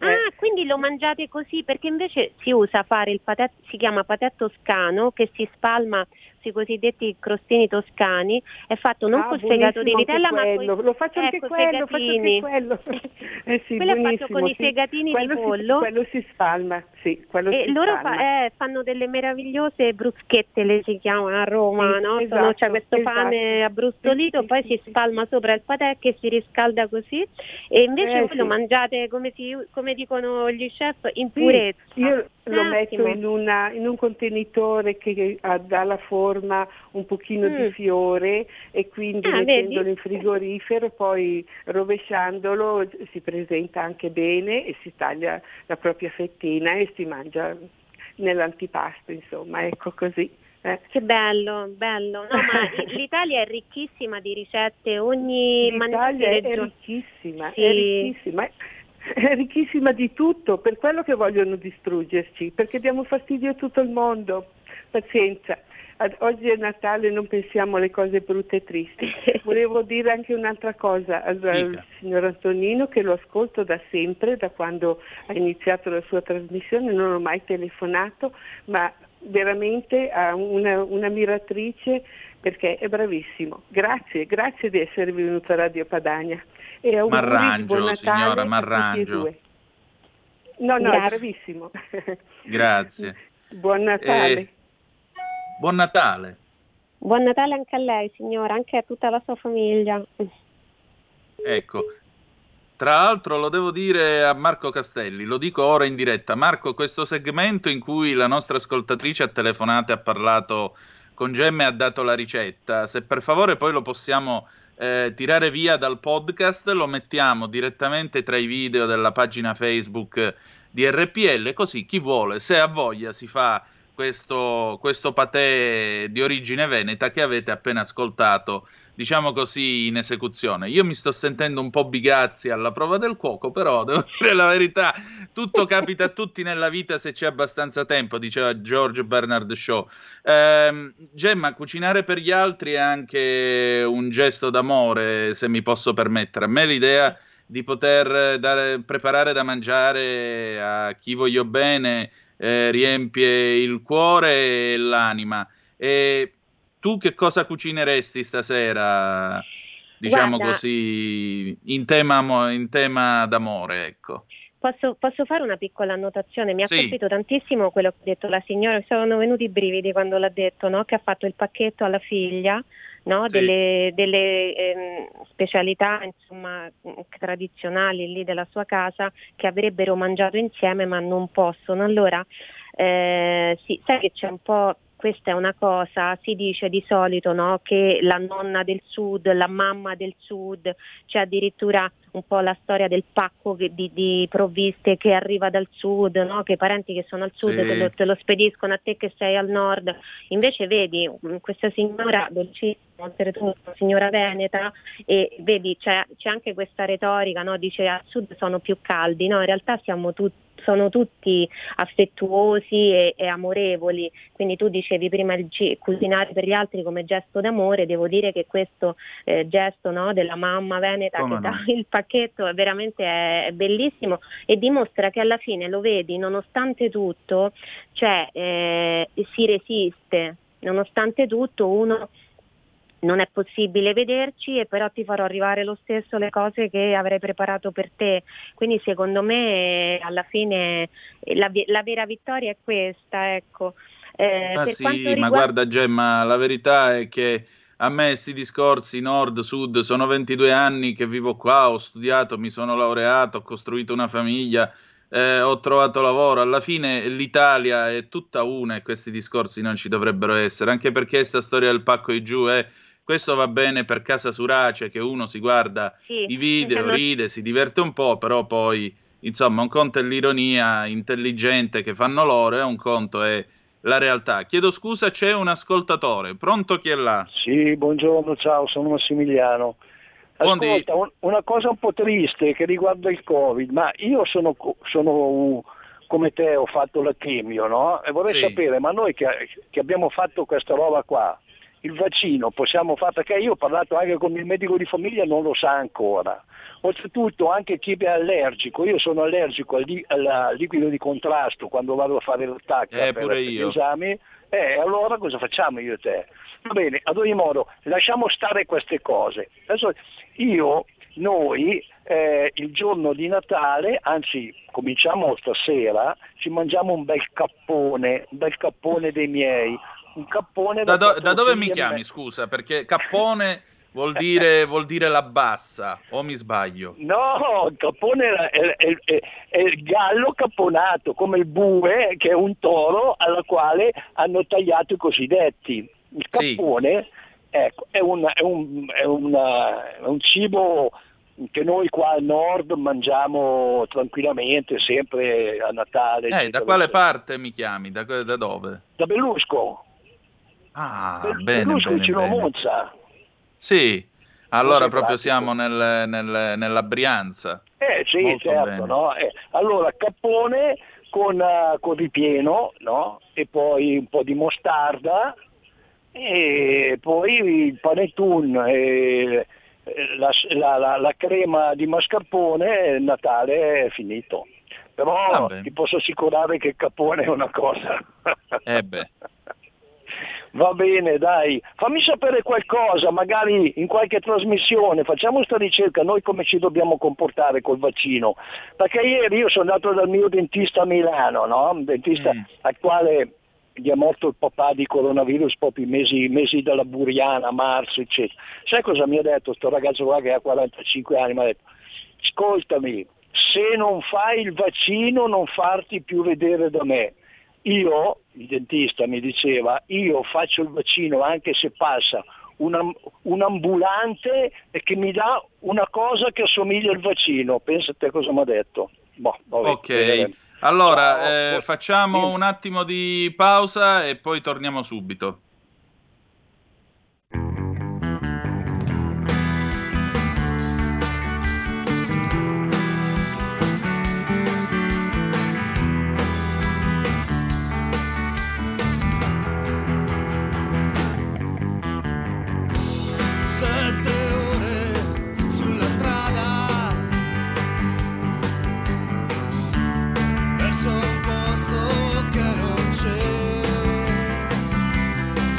Ah, eh. Quindi lo mangiate così, perché invece si usa fare il patè, si chiama patè toscano, che si spalma sui cosiddetti crostini toscani, è fatto non ah, col fegato di vitella, ma con lo faccio anche ecco, quello, faccio anche quello. Eh sì, quello è fatto con sì. i fegatini quello di pollo. Si, quello si spalma, sì, quello e si loro spalma. Fa, eh, fanno delle meravigliose bruschette, le si chiamano a Roma, sì, no? Esatto, Sono, c'è questo esatto. pane abbrustolito, sì, poi sì, si sì, spalma sopra il patè che si riscalda così, e invece eh, voi lo sì. mangiate, come, si, come dicono gli chef, in purezza. Sì, io lo Ottimo. metto in, una, in un contenitore che ha, dà la forma un pochino Mm. di fiore, e quindi Ah, mettendolo vedi? in frigorifero, poi rovesciandolo si presenta anche bene e si taglia la propria fettina e si mangia nell'antipasto, insomma, ecco così. Eh. Che bello, bello. No, ma l'Italia è ricchissima di ricette, ogni L'Italia è regione. ricchissima, Sì. è ricchissima. È ricchissima di tutto, per quello che vogliono distruggerci, perché diamo fastidio a tutto il mondo. Pazienza. Ad, oggi è Natale, non pensiamo alle cose brutte e tristi. Volevo dire anche un'altra cosa al, al signor Antonino, che lo ascolto da sempre, da quando ha iniziato la sua trasmissione, non ho mai telefonato, ma veramente ha una, un'ammiratrice, perché è bravissimo. Grazie, grazie di essere venuto a Radio Padania. E auguri M'arrangio, di buon Natale signora, a m'arrangio. tutti e due. No, no, Grazie. è bravissimo. Grazie. Buon Natale. Eh, buon Natale. Buon Natale anche a lei, signora, anche a tutta la sua famiglia. Ecco, tra l'altro lo devo dire a Marco Castelli, lo dico ora in diretta. Marco, questo segmento in cui la nostra ascoltatrice ha telefonato e ha parlato con Gemma e ha dato la ricetta, se per favore poi lo possiamo eh, tirare via dal podcast, lo mettiamo direttamente tra i video della pagina Facebook di R P L, così chi vuole, se ha voglia, si fa questo, questo patè di origine veneta che avete appena ascoltato, diciamo così, in esecuzione. Io mi sto sentendo un po' Bigazzi alla prova del cuoco, però devo dire la verità, tutto capita a tutti nella vita se c'è abbastanza tempo, diceva George Bernard Shaw. Eh, Gemma, cucinare per gli altri è anche un gesto d'amore, se mi posso permettere. A me l'idea di poter dare, preparare da mangiare a chi voglio bene eh, riempie il cuore e l'anima. E tu che cosa cucineresti stasera, diciamo Guarda, così, in tema, in tema d'amore, ecco? Posso, posso fare una piccola annotazione? Mi ha Sì. colpito tantissimo quello che ha detto la signora, mi sono venuti i brividi quando l'ha detto, no? Che ha fatto il pacchetto alla figlia, no? Sì. delle, delle ehm, specialità, insomma, tradizionali lì della sua casa, che avrebbero mangiato insieme ma non possono. Allora, eh, sì, sai che c'è un po'... Questa è una cosa, si dice di solito, no, che la nonna del sud, la mamma del sud, c'è addirittura un po' la storia del pacco che, di, di provviste che arriva dal sud, no, che i parenti che sono al sud Sì. te, lo, te lo spediscono a te che sei al nord. Invece vedi, questa signora dolcissima, oltretutto signora veneta, e vedi c'è, c'è anche questa retorica, no, dice al sud sono più caldi, no, in realtà siamo tutti sono tutti affettuosi e, e amorevoli, quindi tu dicevi prima il gi- cucinare per gli altri come gesto d'amore, devo dire che questo eh, gesto, no, della mamma veneta Come che no? dà il pacchetto è veramente è, è bellissimo, e dimostra che alla fine, lo vedi, nonostante tutto, cioè eh, si resiste, nonostante tutto uno non è possibile vederci, e però ti farò arrivare lo stesso le cose che avrei preparato per te. Quindi secondo me alla fine la, la vera vittoria è questa, ecco. Eh, Ah per sì, quanto ma riguarda... guarda Gemma, la verità è che a me sti discorsi nord, sud, sono ventidue anni che vivo qua, ho studiato, mi sono laureato, ho costruito una famiglia, eh, ho trovato lavoro. Alla fine l'Italia è tutta una e questi discorsi non ci dovrebbero essere, anche perché sta storia del pacco di giù è... Questo va bene per Casa Surace, che uno si guarda Sì, i video, non- ride, si diverte un po', però poi, insomma, un conto è l'ironia intelligente che fanno loro e un conto è la realtà. Chiedo scusa, c'è un ascoltatore. Pronto, chi è là? Sì, buongiorno, ciao, sono Massimiliano. Buondì. Ascolta, un- una cosa un po' triste che riguarda il Covid, ma io sono, co- sono come te, ho fatto la chemio, no? E vorrei Sì. sapere, ma noi che, che abbiamo fatto questa roba qua, il vaccino possiamo fare, perché io ho parlato anche con il medico di famiglia, non lo sa ancora. Oltretutto anche chi è allergico, io sono allergico al, li, al liquido di contrasto quando vado a fare il T A C eh, per, pure per io. gli esami, e allora cosa facciamo io e te? Va bene, ad ogni modo lasciamo stare queste cose. Adesso io, noi eh, il giorno di Natale, anzi cominciamo stasera, ci mangiamo un bel cappone, un bel cappone dei miei, un cappone da, da, do, da dove mi tortiglie chiami, me- scusa? Perché cappone vuol dire, vuol dire la bassa, o mi sbaglio? No, il cappone è, è- è- è- è il gallo capponato, come il bue che è un toro alla quale hanno tagliato i cosiddetti. Il Sì. cappone ecco, è, un, è, un, è, una- è un cibo che noi qua al nord mangiamo tranquillamente, sempre a Natale. Eh, da eccetera, quale eccetera. parte mi chiami? Da, da dove? Da Bellusco. Ah, Bel- bene, Bellusco bene, vicino a bene. Monza. Sì, allora Così proprio pratico. siamo nel, nel- nella Brianza. Eh sì, Molto certo, bene. no? Eh, allora cappone con, eh, con ripieno, no? E poi un po' di mostarda e poi il panettone e la, la- la- la crema di mascarpone, il Natale è finito. Però Vabbè. ti posso assicurare che il cappone è una cosa. Eh beh. Va bene, dai, fammi sapere qualcosa, magari in qualche trasmissione, facciamo sta ricerca, noi come ci dobbiamo comportare col vaccino, perché ieri io sono andato dal mio dentista a Milano, no? Un dentista Mm. al quale gli è morto il papà di coronavirus proprio i mesi, mesi dalla Buriana, marzo, eccetera. Sai cosa mi ha detto sto ragazzo qua che ha quarantacinque anni? Mi ha detto, ascoltami, se non fai il vaccino non farti più vedere da me. Io, il dentista mi diceva, io faccio il vaccino anche se passa un, am- un ambulante e che mi dà una cosa che assomiglia al vaccino. Pensa a te cosa mi ha detto. Boh, vabbè, Ok, vedremo. allora Ciao. eh, facciamo Sì. un attimo di pausa e poi torniamo subito. Sette ore sulla strada verso un posto che non c'è.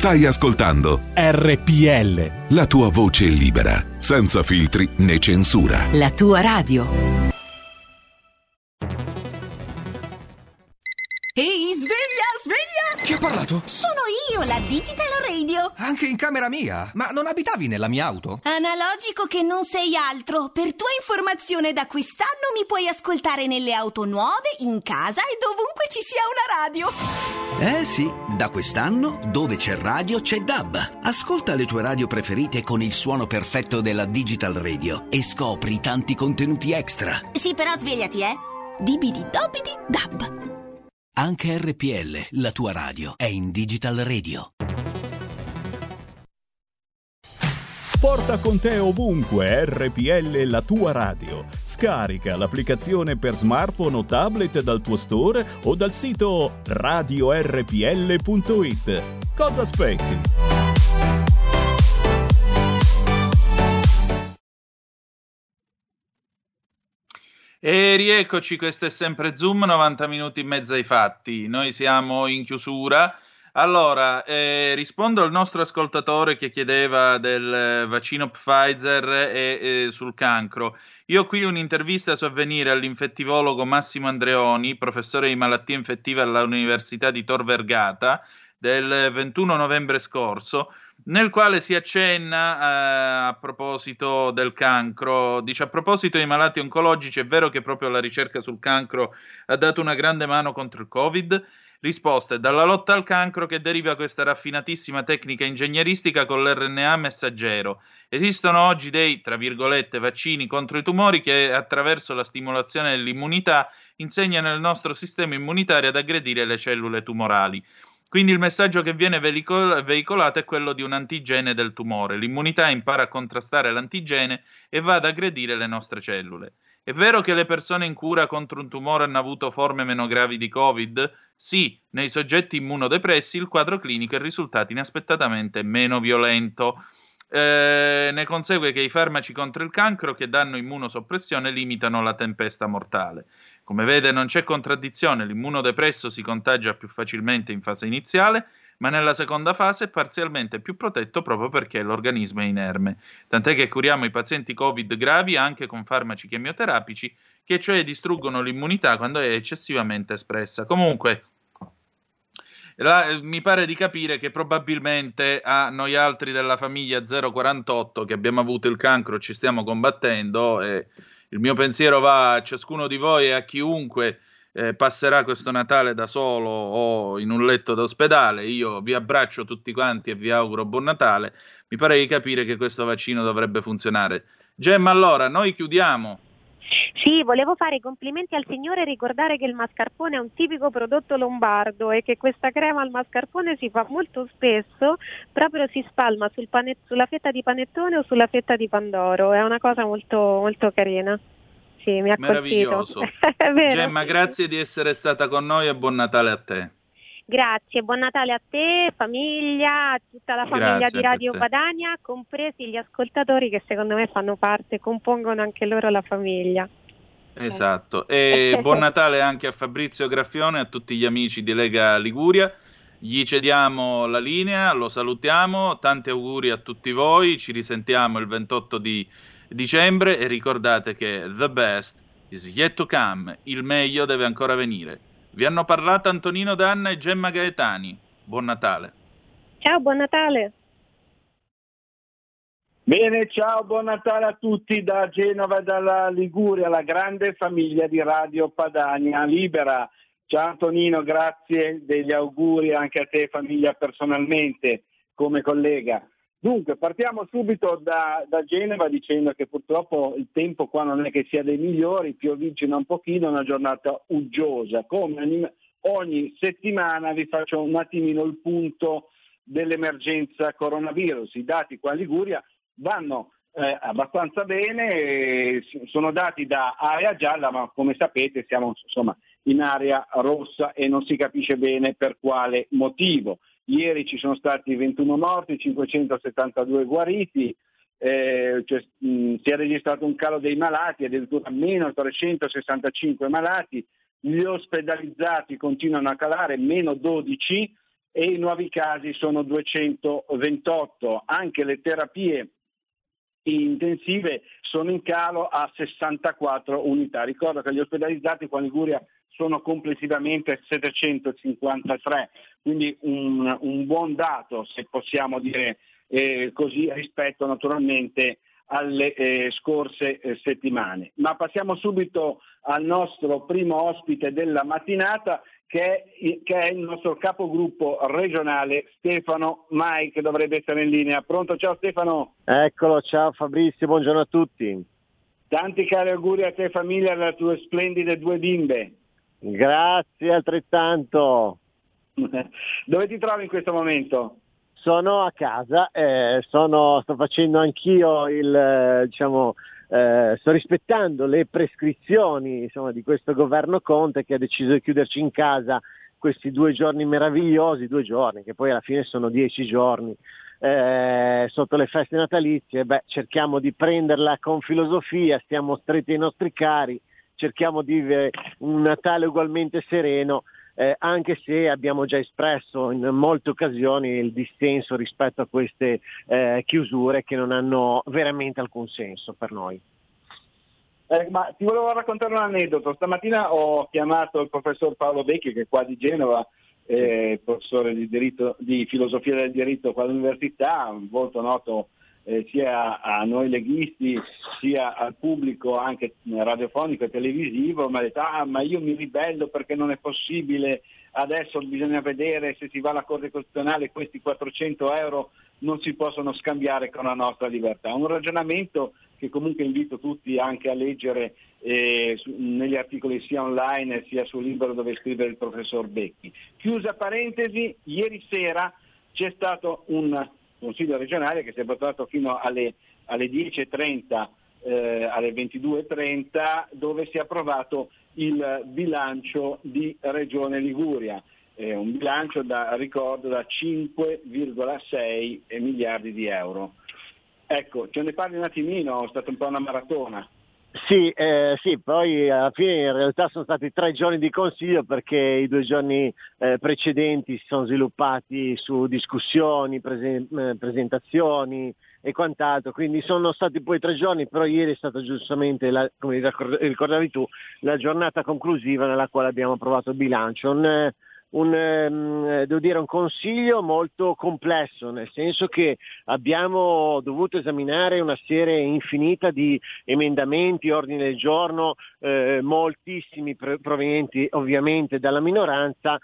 Stai ascoltando R P L. La tua voce libera, senza filtri né censura. La tua radio. Ehi, sveglia, sveglia! Chi ha parlato? Sono io, la Digital Radio. Anche in camera mia? Ma non abitavi nella mia auto? Analogico che non sei altro. Per tua informazione, da quest'anno mi puoi ascoltare nelle auto nuove, in casa e dovunque ci sia una radio. Eh sì, da quest'anno dove c'è radio c'è D A B. Ascolta le tue radio preferite con il suono perfetto della Digital Radio e scopri tanti contenuti extra. Sì, però svegliati, eh. Dibidi dobidi D A B. Anche R P L, la tua radio, è in Digital Radio. Porta con te ovunque R P L, la tua radio. Scarica l'applicazione per smartphone o tablet dal tuo store o dal sito radio r p l punto i t. Cosa aspetti? E rieccoci, questo è sempre Zoom, novanta minuti in mezzo ai fatti. Noi siamo in chiusura. Allora, eh, rispondo al nostro ascoltatore che chiedeva del vaccino Pfizer e, e sul cancro. Io ho qui un'intervista su Avvenire all'infettivologo Massimo Andreoni, professore di malattie infettive all'Università di Tor Vergata, del ventuno novembre scorso, nel quale si accenna eh, a proposito del cancro. Dice: a proposito dei malati oncologici, è vero che proprio la ricerca sul cancro ha dato una grande mano contro il Covid? Risposta: è dalla lotta al cancro che deriva questa raffinatissima tecnica ingegneristica con l'R N A messaggero. Esistono oggi dei, tra virgolette, vaccini contro i tumori che attraverso la stimolazione dell'immunità insegnano il nostro sistema immunitario ad aggredire le cellule tumorali. Quindi il messaggio che viene veicol- veicolato è quello di un antigene del tumore. L'immunità impara a contrastare l'antigene e va ad aggredire le nostre cellule. È vero che le persone in cura contro un tumore hanno avuto forme meno gravi di Covid? Sì, nei soggetti immunodepressi il quadro clinico è risultato inaspettatamente meno violento. Eh, ne consegue che i farmaci contro il cancro che danno immunosoppressione limitano la tempesta mortale. Come vede non c'è contraddizione, l'immunodepresso si contagia più facilmente in fase iniziale, ma nella seconda fase è parzialmente più protetto proprio perché l'organismo è inerme. Tant'è che curiamo i pazienti Covid gravi anche con farmaci chemioterapici, che cioè distruggono l'immunità quando è eccessivamente espressa. Comunque, la, mi pare di capire che probabilmente a noi altri della famiglia zero quarantotto che abbiamo avuto il cancro ci stiamo combattendo, e il mio pensiero va a ciascuno di voi e a chiunque eh, passerà questo Natale da solo o in un letto d'ospedale. Io vi abbraccio tutti quanti e vi auguro buon Natale. Mi pare di capire che questo vaccino dovrebbe funzionare. Gemma, allora, noi chiudiamo. Sì, volevo fare i complimenti al signore e ricordare che il mascarpone è un tipico prodotto lombardo e che questa crema al mascarpone si fa molto spesso, proprio si spalma sul pane- sulla fetta di panettone o sulla fetta di pandoro, è una cosa molto, molto carina. Sì, mi ha meraviglioso. Gemma, grazie di essere stata con noi e buon Natale a te. Grazie, buon Natale a te, famiglia, a tutta la famiglia Grazie di Radio a te. Padania, compresi gli ascoltatori che secondo me fanno parte, compongono anche loro la famiglia. Esatto, e buon Natale anche a Fabrizio Graffione e a tutti gli amici di Lega Liguria. Gli cediamo la linea, lo salutiamo, tanti auguri a tutti voi, ci risentiamo il ventotto di dicembre e ricordate che the best is yet to come, il meglio deve ancora venire. Vi hanno parlato Antonino Danna e Gemma Gaetani. Buon Natale. Ciao, buon Natale. Bene, ciao, buon Natale a tutti da Genova e dalla Liguria, la grande famiglia di Radio Padania Libera. Ciao Antonino, grazie degli auguri anche a te famiglia personalmente come collega. Dunque, partiamo subito da, da Genova dicendo che purtroppo il tempo qua non è che sia dei migliori, piovigina un pochino, una giornata uggiosa. Come ogni, ogni settimana vi faccio un attimino il punto dell'emergenza coronavirus. I dati qua in Liguria vanno eh, abbastanza bene, eh, sono dati da area gialla, ma come sapete siamo insomma in area rossa e non si capisce bene per quale motivo. Ieri ci sono stati ventuno morti, cinquecentosettantadue guariti, eh, cioè, mh, si è registrato un calo dei malati, addirittura meno trecentosessantacinque malati, gli ospedalizzati continuano a calare, meno dodici, e i nuovi casi sono duecentoventotto. Anche le terapie intensive sono in calo a sessantaquattro unità. Ricordo che gli ospedalizzati qua in Liguria sono complessivamente settecentocinquantatré, quindi un, un buon dato, se possiamo dire eh, così, rispetto naturalmente alle eh, scorse eh, settimane. Ma passiamo subito al nostro primo ospite della mattinata, che è, che è il nostro capogruppo regionale Stefano Mai, che dovrebbe essere in linea. Pronto? Ciao Stefano. Eccolo, ciao Fabrizio, buongiorno a tutti. Tanti cari auguri a te famiglia e alle tue splendide due bimbe. Grazie altrettanto. Dove ti trovi in questo momento? Sono a casa, eh, sono, sto facendo anch'io il, eh, diciamo, eh, sto rispettando le prescrizioni, insomma, di questo governo Conte, che ha deciso di chiuderci in casa questi due giorni meravigliosi, due giorni, che poi alla fine sono dieci giorni, eh, sotto le feste natalizie. Beh, cerchiamo di prenderla con filosofia, stiamo stretti ai nostri cari, cerchiamo di vivere un Natale ugualmente sereno, Eh, anche se abbiamo già espresso in molte occasioni il dissenso rispetto a queste eh, chiusure che non hanno veramente alcun senso per noi. Eh, ma ti volevo raccontare un aneddoto. Stamattina ho chiamato il professor Paolo Becchi, che è qua di Genova, eh, professore di, diritto, di filosofia del diritto qua all'università, un volto noto eh, sia a noi leghisti sia al pubblico anche radiofonico e televisivo. Mi ha detto: ah, ma io mi ribello perché non è possibile, adesso bisogna vedere se si va alla Corte Costituzionale, questi quattrocento euro non si possono scambiare con la nostra libertà. Un ragionamento che comunque invito tutti anche a leggere eh, su, negli articoli sia online sia sul libro dove scrive il professor Becchi. Chiusa parentesi, ieri sera c'è stato un Consiglio regionale che si è portato fino alle, alle dieci e trenta, eh, alle ventidue e trenta, dove si è approvato il bilancio di Regione Liguria, eh, un bilancio da, ricordo, da cinque virgola sei miliardi di euro. Ecco, ce ne parli un attimino, è stata un po' una maratona. Sì, eh, sì, poi alla fine in realtà sono stati tre giorni di consiglio, perché i due giorni eh, precedenti si sono sviluppati su discussioni, prese- eh, presentazioni e quant'altro, quindi sono stati poi tre giorni, però ieri è stata giustamente, la, come ricordavi tu, la giornata conclusiva nella quale abbiamo approvato il bilancio. Un, un, eh, devo dire, un consiglio molto complesso, nel senso che abbiamo dovuto esaminare una serie infinita di emendamenti, ordini del giorno, eh, moltissimi pre- provenienti ovviamente dalla minoranza.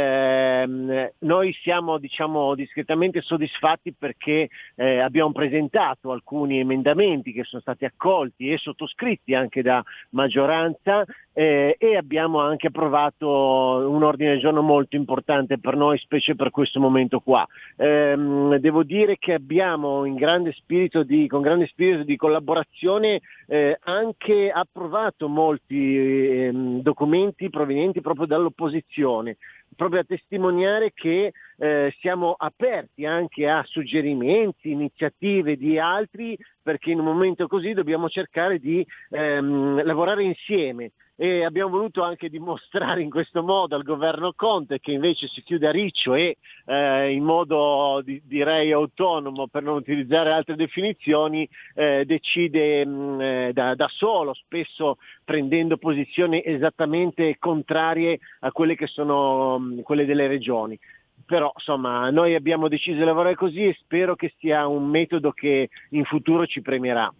Eh, noi siamo, diciamo, discretamente soddisfatti perché eh, abbiamo presentato alcuni emendamenti che sono stati accolti e sottoscritti anche da maggioranza, eh, e abbiamo anche approvato un ordine del giorno molto importante per noi, specie per questo momento qua. Eh, devo dire che abbiamo in grande spirito di, con grande spirito di collaborazione eh, anche approvato molti eh, documenti provenienti proprio dall'opposizione, proprio a testimoniare che eh, siamo aperti anche a suggerimenti, iniziative di altri, perché in un momento così dobbiamo cercare di ehm, lavorare insieme. E abbiamo voluto anche dimostrare in questo modo al governo Conte, che invece si chiude a riccio e eh, in modo di, direi autonomo, per non utilizzare altre definizioni, eh, decide mh, eh, da, da solo, spesso prendendo posizioni esattamente contrarie a quelle che sono mh, quelle delle regioni. Però insomma noi abbiamo deciso di lavorare così e spero che sia un metodo che in futuro ci premierà.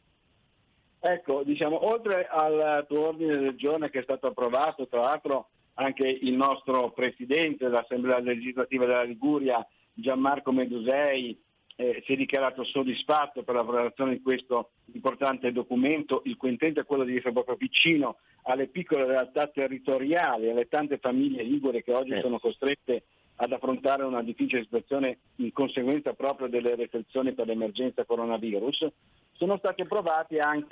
Ecco, diciamo, oltre al tuo ordine del giorno che è stato approvato, tra l'altro anche il nostro presidente dell'Assemblea legislativa della Liguria, Gianmarco Medusei, eh, si è dichiarato soddisfatto per l'approvazione di questo importante documento, il cui intento è quello di essere proprio vicino alle piccole realtà territoriali, alle tante famiglie ligure che oggi sono costrette ad affrontare una difficile situazione in conseguenza proprio delle restrizioni per l'emergenza coronavirus. Sono stati approvati anche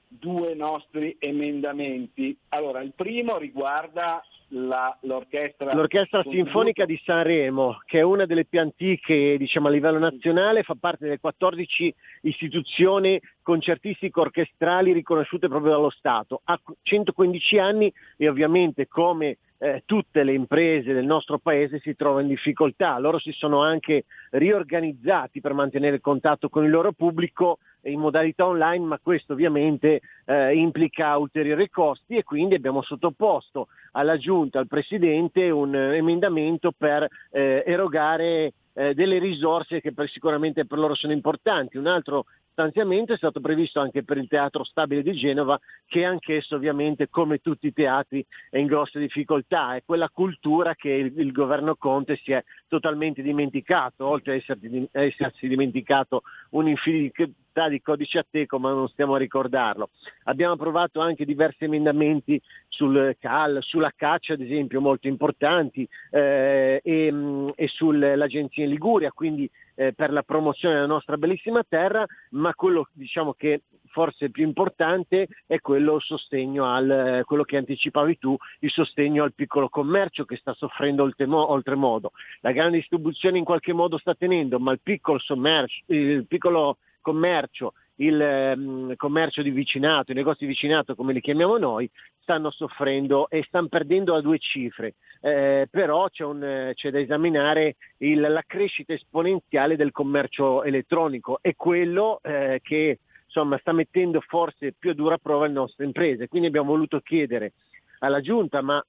due nostri emendamenti. Allora, il primo riguarda la, l'orchestra, l'orchestra sinfonica di Sanremo, che è una delle più antiche, diciamo, a livello nazionale, fa parte delle quattordici istituzioni concertistico-orchestrali riconosciute proprio dallo Stato. Ha centoquindici anni e ovviamente, come eh, tutte le imprese del nostro paese, si trova in difficoltà. Loro si sono anche riorganizzati per mantenere il contatto con il loro pubblico in modalità online, ma questo ovviamente eh, implica ulteriori costi, e quindi abbiamo sottoposto alla Giunta, al Presidente, un emendamento per eh, erogare eh, delle risorse che per, sicuramente per loro sono importanti. Un altro stanziamento è stato previsto anche per il Teatro Stabile di Genova, che anch'esso ovviamente, come tutti i teatri, è in grosse difficoltà. È quella cultura che il, il governo Conte si è totalmente dimenticato, oltre a essersi, a essersi dimenticato un'infinità di codici Ateco, ma non stiamo a ricordarlo. Abbiamo approvato anche diversi emendamenti sul C A L, sulla caccia ad esempio, molto importanti, eh, e, e sull'agenzia in Liguria, quindi eh, per la promozione della nostra bellissima terra, ma quello, diciamo, che forse più importante è quello sostegno al, quello che anticipavi tu, il sostegno al piccolo commercio, che sta soffrendo oltremo, oltremodo. La grande distribuzione in qualche modo sta tenendo, ma il piccolo sommercio, il piccolo commercio, il um, commercio di vicinato, i negozi di vicinato come li chiamiamo noi, stanno soffrendo e stanno perdendo a due cifre, eh, però c'è, un, c'è da esaminare il, la crescita esponenziale del commercio elettronico, e quello eh, che insomma sta mettendo forse più a dura prova le nostre imprese. Quindi abbiamo voluto chiedere alla Giunta, ma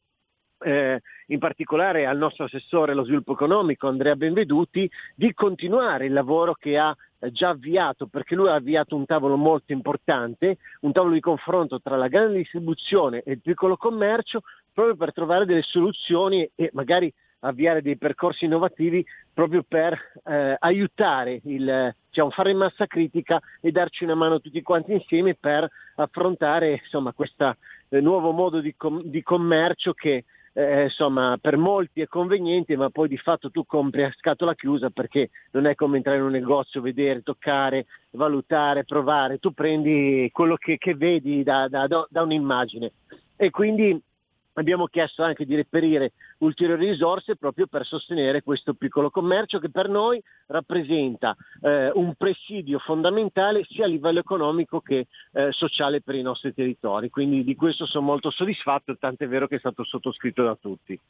Eh, in particolare al nostro assessore allo sviluppo economico Andrea Benveduti, di continuare il lavoro che ha eh, già avviato, perché lui ha avviato un tavolo molto importante, un tavolo di confronto tra la grande distribuzione e il piccolo commercio, proprio per trovare delle soluzioni e magari avviare dei percorsi innovativi proprio per eh, aiutare il, diciamo, fare massa critica e darci una mano tutti quanti insieme per affrontare, insomma, questo eh, nuovo modo di, com- di commercio che Eh, insomma per molti è conveniente, ma poi di fatto tu compri a scatola chiusa, perché non è come entrare in un negozio, vedere, toccare, valutare, provare. Tu prendi quello che, che vedi da, da, da un'immagine, e quindi abbiamo chiesto anche di reperire ulteriori risorse proprio per sostenere questo piccolo commercio, che per noi rappresenta eh, un presidio fondamentale sia a livello economico che eh, sociale per i nostri territori. Quindi di questo sono molto soddisfatto, tant'è vero che è stato sottoscritto da tutti.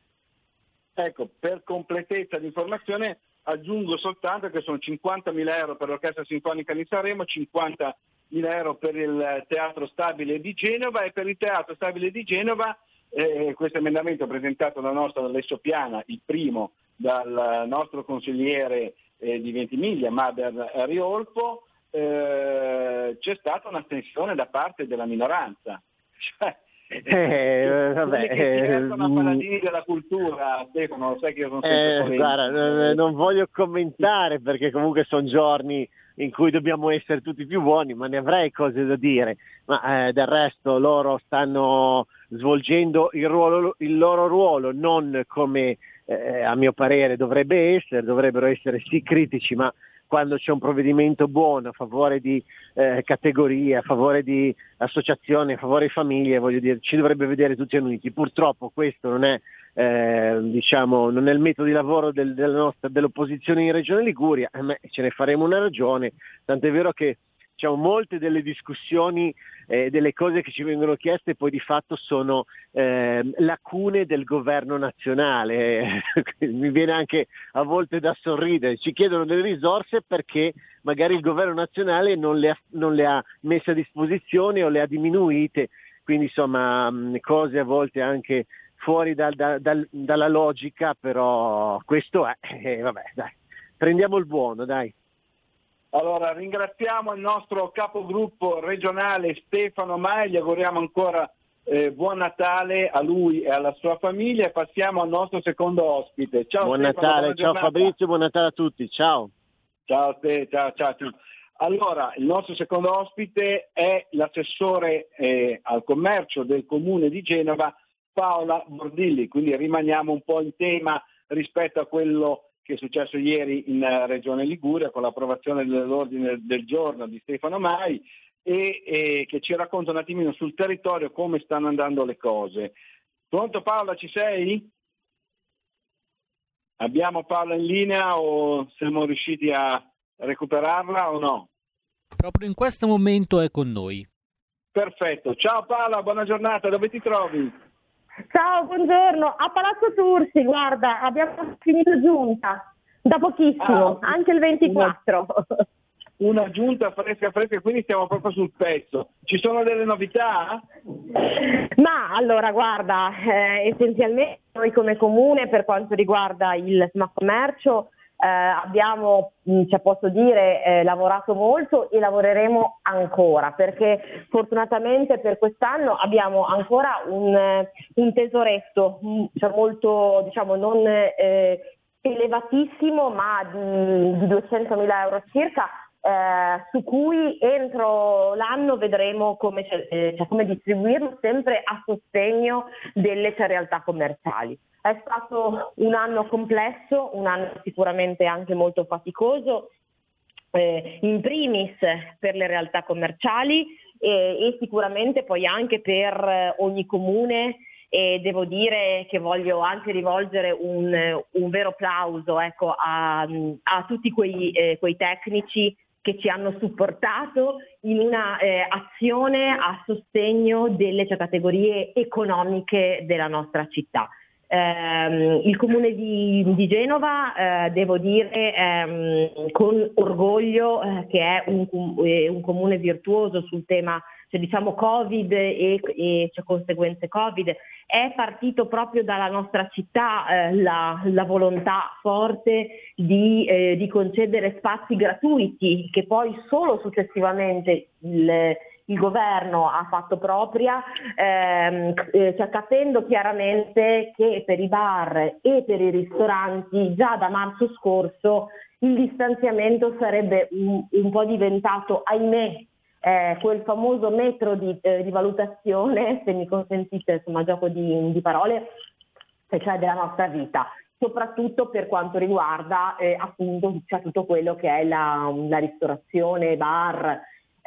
Ecco, per completezza di informazione aggiungo soltanto che sono cinquantamila euro per l'Orchestra Sinfonica di Sanremo, cinquantamila euro per il Teatro Stabile di Genova, e per il Teatro Stabile di Genova Eh, questo emendamento presentato dal nostro Alessio Piana, il primo dal nostro consigliere eh, di Ventimiglia, Mader Riolfo, eh, c'è stata un'astensione da parte della minoranza. Cioè, eh, vabbè, che eh, sono paladini della cultura, Stefano, lo sai che io sono sempre eh, guarda, non, non voglio commentare, perché comunque sono giorni in cui dobbiamo essere tutti più buoni, ma ne avrei cose da dire, ma eh, del resto loro stanno svolgendo il, ruolo, il loro ruolo non come eh, a mio parere dovrebbe essere, dovrebbero essere sì critici, ma quando c'è un provvedimento buono a favore di eh, categorie, a favore di associazioni, a favore di famiglie, voglio dire, ci dovrebbe vedere tutti uniti. Purtroppo questo non è eh, diciamo non è il metodo di lavoro del, della nostra, dell'opposizione in Regione Liguria, eh, ma ce ne faremo una ragione, tant'è vero che diciamo, molte delle discussioni, eh, delle cose che ci vengono chieste poi di fatto sono eh, lacune del governo nazionale. Mi viene anche a volte da sorridere, ci chiedono delle risorse perché magari il governo nazionale non le ha, non le ha messe a disposizione o le ha diminuite, quindi insomma cose a volte anche fuori da, da, da, dalla logica, però questo è, eh, vabbè dai, prendiamo il buono, dai. Allora ringraziamo il nostro capogruppo regionale Stefano Mai, gli auguriamo ancora eh, buon Natale a lui e alla sua famiglia, e passiamo al nostro secondo ospite. Ciao buon Stefano, Natale, ciao Fabrizio, buon Natale a tutti, ciao. Ciao a te, ciao, ciao a tutti. Allora, il nostro secondo ospite è l'assessore eh, al commercio del Comune di Genova, Paola Bordilli, quindi rimaniamo un po' in tema rispetto a quello che è successo ieri in Regione Liguria con l'approvazione dell'ordine del giorno di Stefano Mai, e, e che ci racconta un attimino sul territorio come stanno andando le cose. Pronto Paola, ci sei? Abbiamo Paola in linea o siamo riusciti a recuperarla o no? Proprio in questo momento è con noi. Perfetto, ciao Paola, buona giornata, dove ti trovi? Ciao, buongiorno, a Palazzo Tursi, guarda, abbiamo finito giunta, da pochissimo, Ah, anche il ventiquattro. Una, una giunta fresca fresca, quindi stiamo proprio sul pezzo. Ci sono delle novità? Ma allora, guarda, eh, essenzialmente noi come comune per quanto riguarda il smart commercio eh, abbiamo, mh, cioè posso dire, eh, lavorato molto e lavoreremo ancora, perché fortunatamente per quest'anno abbiamo ancora un, eh, un tesoretto, mh, cioè molto, diciamo, non eh, elevatissimo, ma di, di duecentomila euro circa, eh, su cui entro l'anno vedremo come, eh, cioè come distribuirlo sempre a sostegno delle realtà commerciali. È stato un anno complesso, un anno sicuramente anche molto faticoso, eh, in primis per le realtà commerciali eh, e sicuramente poi anche per eh, ogni comune. E devo dire che voglio anche rivolgere un, un vero applauso, ecco, a, a tutti quei, eh, quei tecnici che ci hanno supportato in una eh, azione a sostegno delle cioè, categorie economiche della nostra città. Eh, il comune di, di Genova, eh, devo dire ehm, con orgoglio eh, che è un, un comune virtuoso sul tema, cioè, diciamo Covid e, e cioè, conseguenze Covid. È partito proprio dalla nostra città eh, la, la volontà forte di, eh, di concedere spazi gratuiti che poi solo successivamente il il governo ha fatto propria, ehm, eh, cioè capendo chiaramente che per i bar e per i ristoranti già da marzo scorso il distanziamento sarebbe un, un po' diventato, ahimè, eh, quel famoso metro di, eh, di valutazione, se mi consentite, insomma, gioco di, di parole, cioè della nostra vita, soprattutto per quanto riguarda eh, appunto cioè, tutto quello che è la, la ristorazione, bar.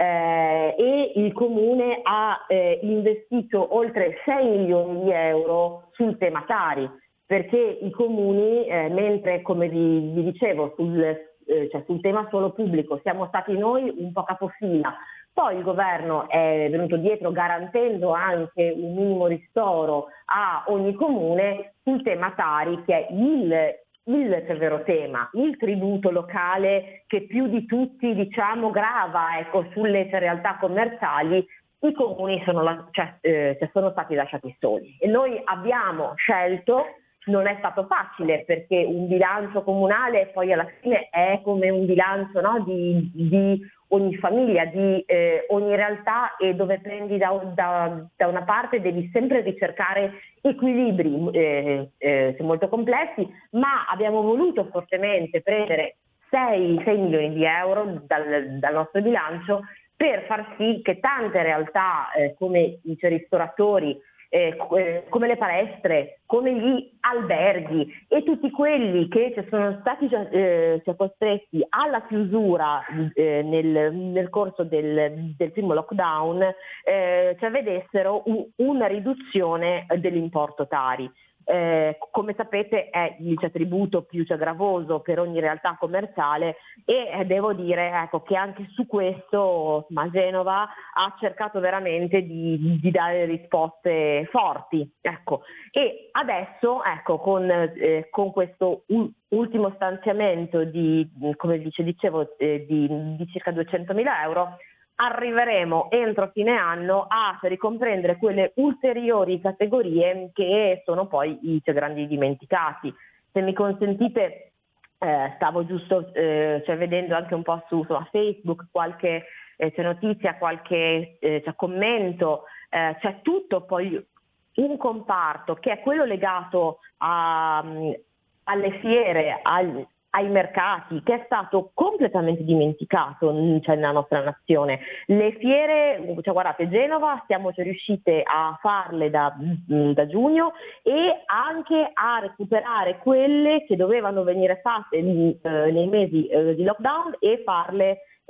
Eh, e il comune ha eh, investito oltre sei milioni di euro sul tema Tari, perché i comuni, eh, mentre come vi, vi dicevo sul, eh, cioè sul tema solo pubblico siamo stati noi un po' capofila, poi il governo è venuto dietro garantendo anche un minimo ristoro a ogni comune sul tema Tari, che è il il vero tema, il tributo locale che più di tutti diciamo grava ecco, sulle realtà commerciali. I comuni sono, la, cioè, eh, sono stati lasciati soli e noi abbiamo scelto, non è stato facile perché un bilancio comunale poi alla fine è come un bilancio, no, di, di ogni famiglia, di eh, ogni realtà, e dove prendi da, da, da una parte devi sempre ricercare equilibri eh, eh, molto complessi, ma abbiamo voluto fortemente prendere sei milioni di euro dal, dal nostro bilancio per far sì che tante realtà eh, come i ristoratori, Eh, come le palestre, come gli alberghi e tutti quelli che sono stati eh, costretti alla chiusura eh, nel, nel corso del, del primo lockdown, eh, cioè vedessero un, una riduzione dell'importo Tari. Eh, come sapete è il cioè, tributo più cioè, gravoso per ogni realtà commerciale e eh, devo dire ecco, che anche su questo ma Genova ha cercato veramente di, di dare risposte forti, ecco. E adesso ecco, con, eh, con questo u- ultimo stanziamento di, come dice, dicevo eh, di, di circa duecentomila euro arriveremo entro fine anno a ricomprendere quelle ulteriori categorie che sono poi i cioè, grandi dimenticati. Se mi consentite, eh, stavo giusto eh, cioè, vedendo anche un po' su, su Facebook qualche eh, c'è notizia, qualche eh, c'è commento, eh, c'è tutto poi un comparto che è quello legato a, alle fiere, al ai mercati, che è stato completamente dimenticato cioè, nella nostra nazione. Le fiere, cioè, guardate, Genova siamo riuscite a farle da, da giugno e anche a recuperare quelle che dovevano venire fatte eh, nei mesi eh, di lockdown e farle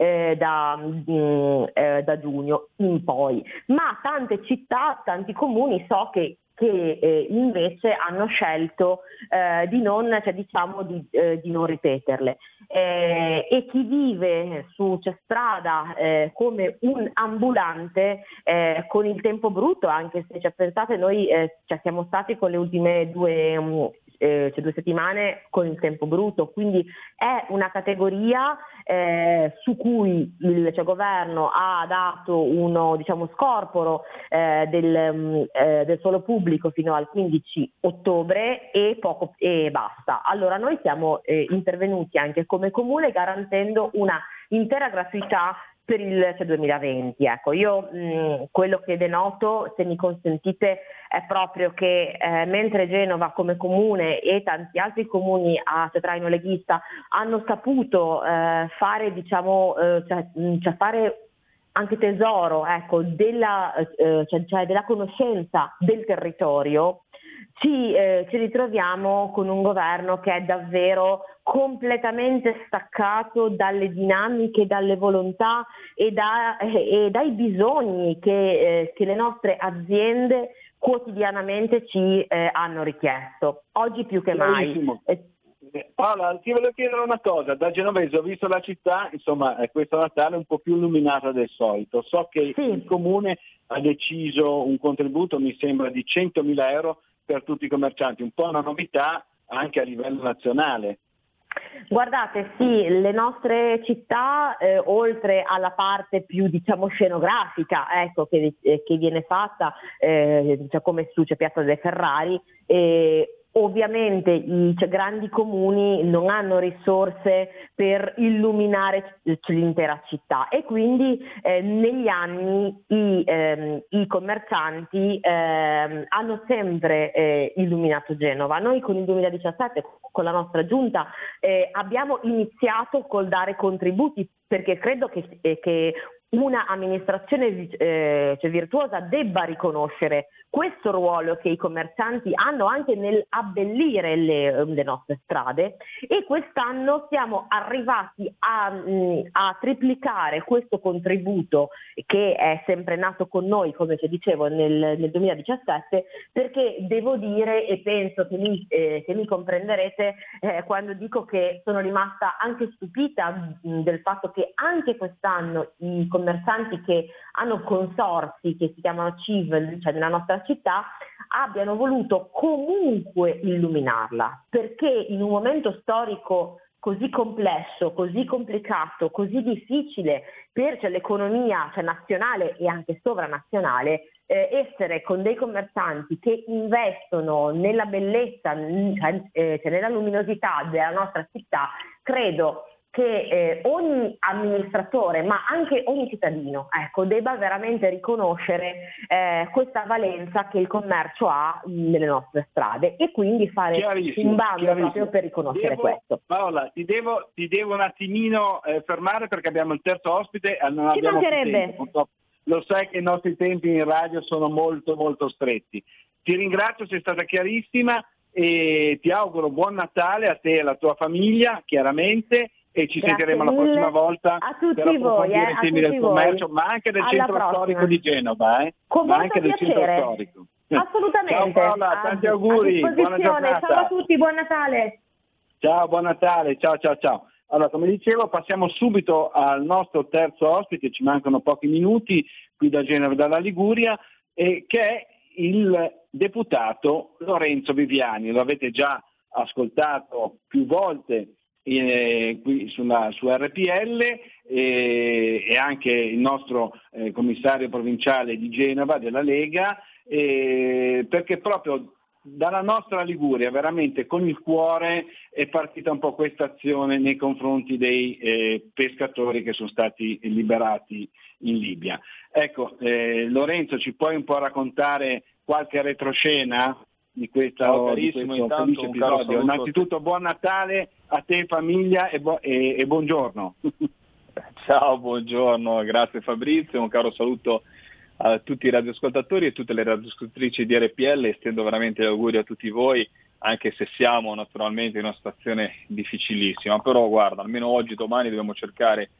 eh, da, mh, eh, da giugno in poi. Ma tante città, tanti comuni so che che eh, invece hanno scelto eh, di non, cioè, diciamo di, eh, di non ripeterle. Eh, e chi vive su c'è strada eh, come un ambulante eh, con il tempo brutto, anche se cioè, pensate noi eh, cioè, siamo stati con le ultime due um, Eh, cioè due settimane con il tempo brutto, quindi è una categoria eh, su cui il cioè, governo ha dato uno diciamo scorporo eh, del, eh, del suolo pubblico fino al quindici ottobre e poco e basta. Allora noi siamo eh, intervenuti anche come comune garantendo una intera gratuità per il cioè, duemilaventi. Ecco, io mh, quello che denoto, se mi consentite, è proprio che eh, mentre Genova come comune e tanti altri comuni a cioè, traino leghista hanno saputo eh, fare, diciamo, eh, cioè, mh, cioè fare anche tesoro ecco, della, eh, cioè, cioè della conoscenza del territorio, ci, eh, ci ritroviamo con un governo che è davvero completamente staccato dalle dinamiche, dalle volontà e, da, e dai bisogni che, eh, che le nostre aziende quotidianamente ci eh, hanno richiesto, oggi più che mai. Eh, Paola, ti volevo chiedere una cosa, da genovese ho visto la città, insomma eh, questo Natale un po' più illuminata del solito, so che sì. Il Comune ha deciso un contributo, mi sembra, di centomila euro per tutti i commercianti, un po' una novità anche a livello nazionale. Guardate, sì, le nostre città, eh, oltre alla parte più diciamo scenografica, ecco, che, eh, che viene fatta, eh, cioè come su c'è Piazza dei Ferrari, eh, ovviamente i cioè, grandi comuni non hanno risorse per illuminare l'intera città e quindi eh, negli anni i, ehm, i commercianti ehm, hanno sempre eh, illuminato Genova. Noi con il duemiladiciassette, con la nostra giunta, eh, abbiamo iniziato col dare contributi perché credo che, eh, che una amministrazione eh, cioè virtuosa debba riconoscere questo ruolo che i commercianti hanno anche nel abbellire le, le nostre strade e quest'anno siamo arrivati a, mh, a triplicare questo contributo che è sempre nato con noi, come ti dicevo, nel, nel duemiladiciassette, perché devo dire e penso che mi, eh, che mi comprenderete eh, quando dico che sono rimasta anche stupita mh, del fatto che anche quest'anno i commercianti che hanno consorzi che si chiamano C I V, cioè nella nostra città, abbiano voluto comunque illuminarla, perché in un momento storico così complesso, così complicato, così difficile per cioè, l'economia cioè, nazionale e anche sovranazionale, eh, essere con dei commercianti che investono nella bellezza, cioè, eh, cioè nella luminosità della nostra città, credo che eh, ogni amministratore, ma anche ogni cittadino, ecco, debba veramente riconoscere eh, questa valenza che il commercio ha nelle nostre strade e quindi fare un bando proprio per riconoscere devo, questo. Paola, ti devo, ti devo un attimino eh, fermare perché abbiamo il terzo ospite e non Ci abbiamo più mancherebbe. tempo. Lo sai che i nostri tempi in radio sono molto molto stretti. Ti ringrazio, sei stata chiarissima e ti auguro buon Natale a te e alla tua famiglia, chiaramente. E ci Grazie sentiremo la prossima volta a tutti per approfondire voi, eh, i temi a del tutti commercio, voi. ma anche del Alla centro prossima. storico di Genova, eh? Con ma molto anche del centro piacere. storico. Assolutamente. Ciao Paola, tanti a, auguri, a buona giornata. Ciao a tutti, buon Natale. Ciao, buon Natale, ciao ciao ciao. Allora, come dicevo, passiamo subito al nostro terzo ospite, ci mancano pochi minuti, qui da Genova e dalla Liguria, eh, che è il deputato Lorenzo Viviani. Lo avete già ascoltato più volte Eh, qui sulla, su R P L eh, e anche il nostro eh, commissario provinciale di Genova della Lega, eh, perché proprio dalla nostra Liguria veramente con il cuore è partita un po' questa azione nei confronti dei eh, pescatori che sono stati liberati in Libia. Ecco, eh, Lorenzo, ci puoi un po' raccontare qualche retroscena di questo, Ciao, di carissimo, questo intanto felice un caro episodio? saluto. Innanzitutto buon Natale a te, famiglia, e, bu- e, e buongiorno. Ciao, buongiorno, grazie Fabrizio, un caro saluto a tutti i radioascoltatori e tutte le radioascoltatrici di R P L, estendo veramente gli auguri a tutti voi, anche se siamo naturalmente in una situazione difficilissima, però guarda, almeno oggi, domani dobbiamo cercare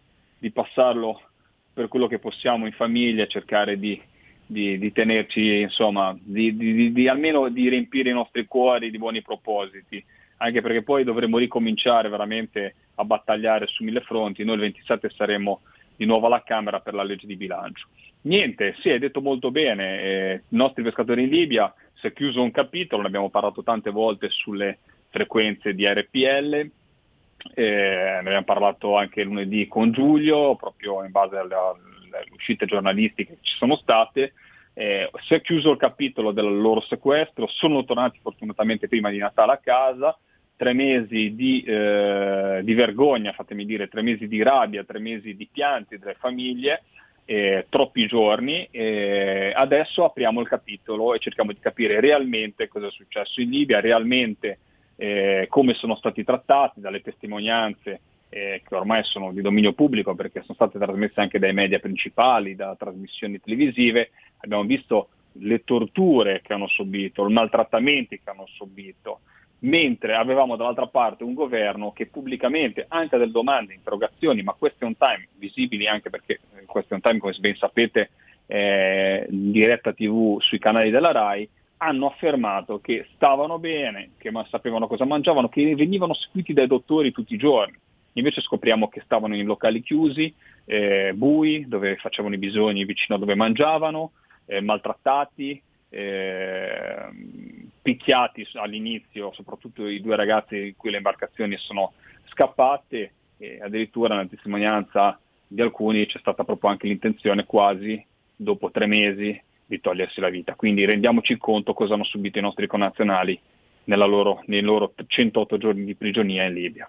di passarlo per quello che possiamo in famiglia, cercare di, di, di tenerci, insomma, di, di, di almeno di riempire i nostri cuori di buoni propositi, anche perché poi dovremo ricominciare veramente a battagliare su mille fronti. Noi il ventisette saremo di nuovo alla Camera per la legge di bilancio. Niente, sì, hai detto molto bene, eh, i nostri pescatori in Libia, si è chiuso un capitolo, ne abbiamo parlato tante volte sulle frequenze di R P L, eh, ne abbiamo parlato anche lunedì con Giulio, proprio in base alle, alle uscite giornalistiche che ci sono state. Eh, si è chiuso il capitolo del loro sequestro, sono tornati fortunatamente prima di Natale a casa, tre mesi di, eh, di vergogna, fatemi dire, tre mesi di rabbia, tre mesi di pianti delle famiglie, eh, troppi giorni, eh, adesso apriamo il capitolo e cerchiamo di capire realmente cosa è successo in Libia, realmente eh, come sono stati trattati dalle testimonianze eh, che ormai sono di dominio pubblico perché sono state trasmesse anche dai media principali, da trasmissioni televisive. Abbiamo visto le torture che hanno subito, i maltrattamenti che hanno subito, mentre avevamo dall'altra parte un governo che pubblicamente, anche delle domande, interrogazioni, ma question time, visibili anche perché question time, come ben sapete, eh, in diretta tivù sui canali della RAI, hanno affermato che stavano bene, che sapevano cosa mangiavano, che venivano seguiti dai dottori tutti i giorni. Invece scopriamo che stavano in locali chiusi, eh, bui, dove facevano i bisogni vicino a dove mangiavano, eh, maltrattati, Eh, picchiati all'inizio, soprattutto i due ragazzi di cui le imbarcazioni sono scappate, e addirittura nella testimonianza di alcuni c'è stata proprio anche l'intenzione quasi dopo tre mesi di togliersi la vita. Quindi rendiamoci conto cosa hanno subito i nostri connazionali nella loro, nei loro centootto giorni di prigionia in Libia.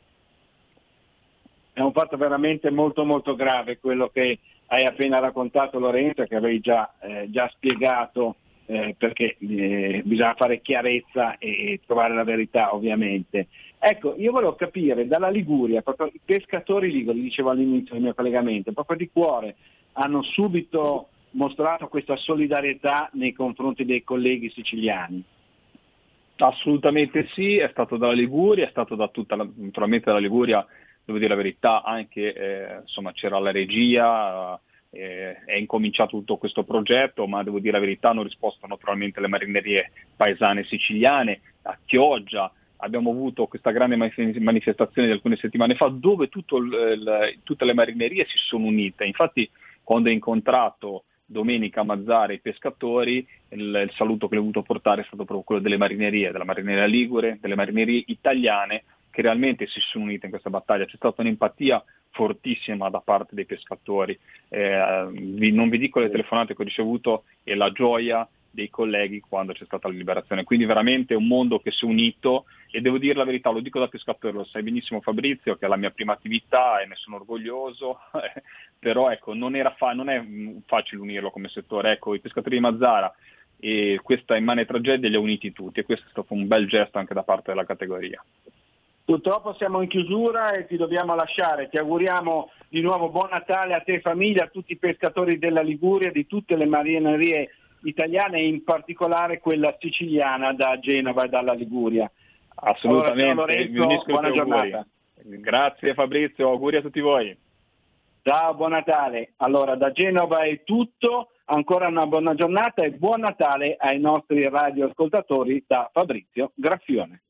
È un fatto veramente molto molto grave quello che hai appena raccontato, Lorenzo, che avevi già, eh, già spiegato, eh, perché eh, bisogna fare chiarezza e, e trovare la verità, ovviamente. Ecco, io volevo capire dalla Liguria, proprio i pescatori liguri, dicevo all'inizio del mio collegamento, proprio di cuore hanno subito mostrato questa solidarietà nei confronti dei colleghi siciliani. Assolutamente sì, è stato dalla Liguria, è stato da tutta la, naturalmente dalla Liguria, devo dire la verità, anche eh, insomma c'era la regia, eh, è incominciato tutto questo progetto, ma devo dire la verità, hanno risposto naturalmente le marinerie paesane siciliane, a Chioggia. Abbiamo avuto questa grande manifestazione di alcune settimane fa dove tutto il, il, tutte le marinerie si sono unite. Infatti quando ho incontrato domenica Mazzara i pescatori, il, il saluto che ho voluto portare è stato proprio quello delle marinerie, della marineria ligure, delle marinerie italiane, che realmente si sono unite in questa battaglia. C'è stata un'empatia fortissima da parte dei pescatori. Eh, vi, non vi dico le telefonate che ho ricevuto e la gioia dei colleghi quando c'è stata la liberazione. Quindi veramente un mondo che si è unito, e devo dire la verità, lo dico da pescatore, lo sai benissimo Fabrizio, che è la mia prima attività e ne sono orgoglioso, però ecco, non, era fa- non è facile unirlo come settore. Ecco, i pescatori di Mazzara e questa immane tragedia li ha uniti tutti, e questo è stato un bel gesto anche da parte della categoria. Purtroppo siamo in chiusura e ti dobbiamo lasciare. Ti auguriamo di nuovo buon Natale a te e famiglia, a tutti i pescatori della Liguria, di tutte le marinerie italiane e in particolare quella siciliana da Genova e dalla Liguria. Assolutamente, allora, Lorenzo, mi unisco buona giornata. Grazie Fabrizio, auguri a tutti voi. Ciao, buon Natale. Allora, da Genova è tutto, ancora una buona giornata e buon Natale ai nostri radioascoltatori da Fabrizio Graffione.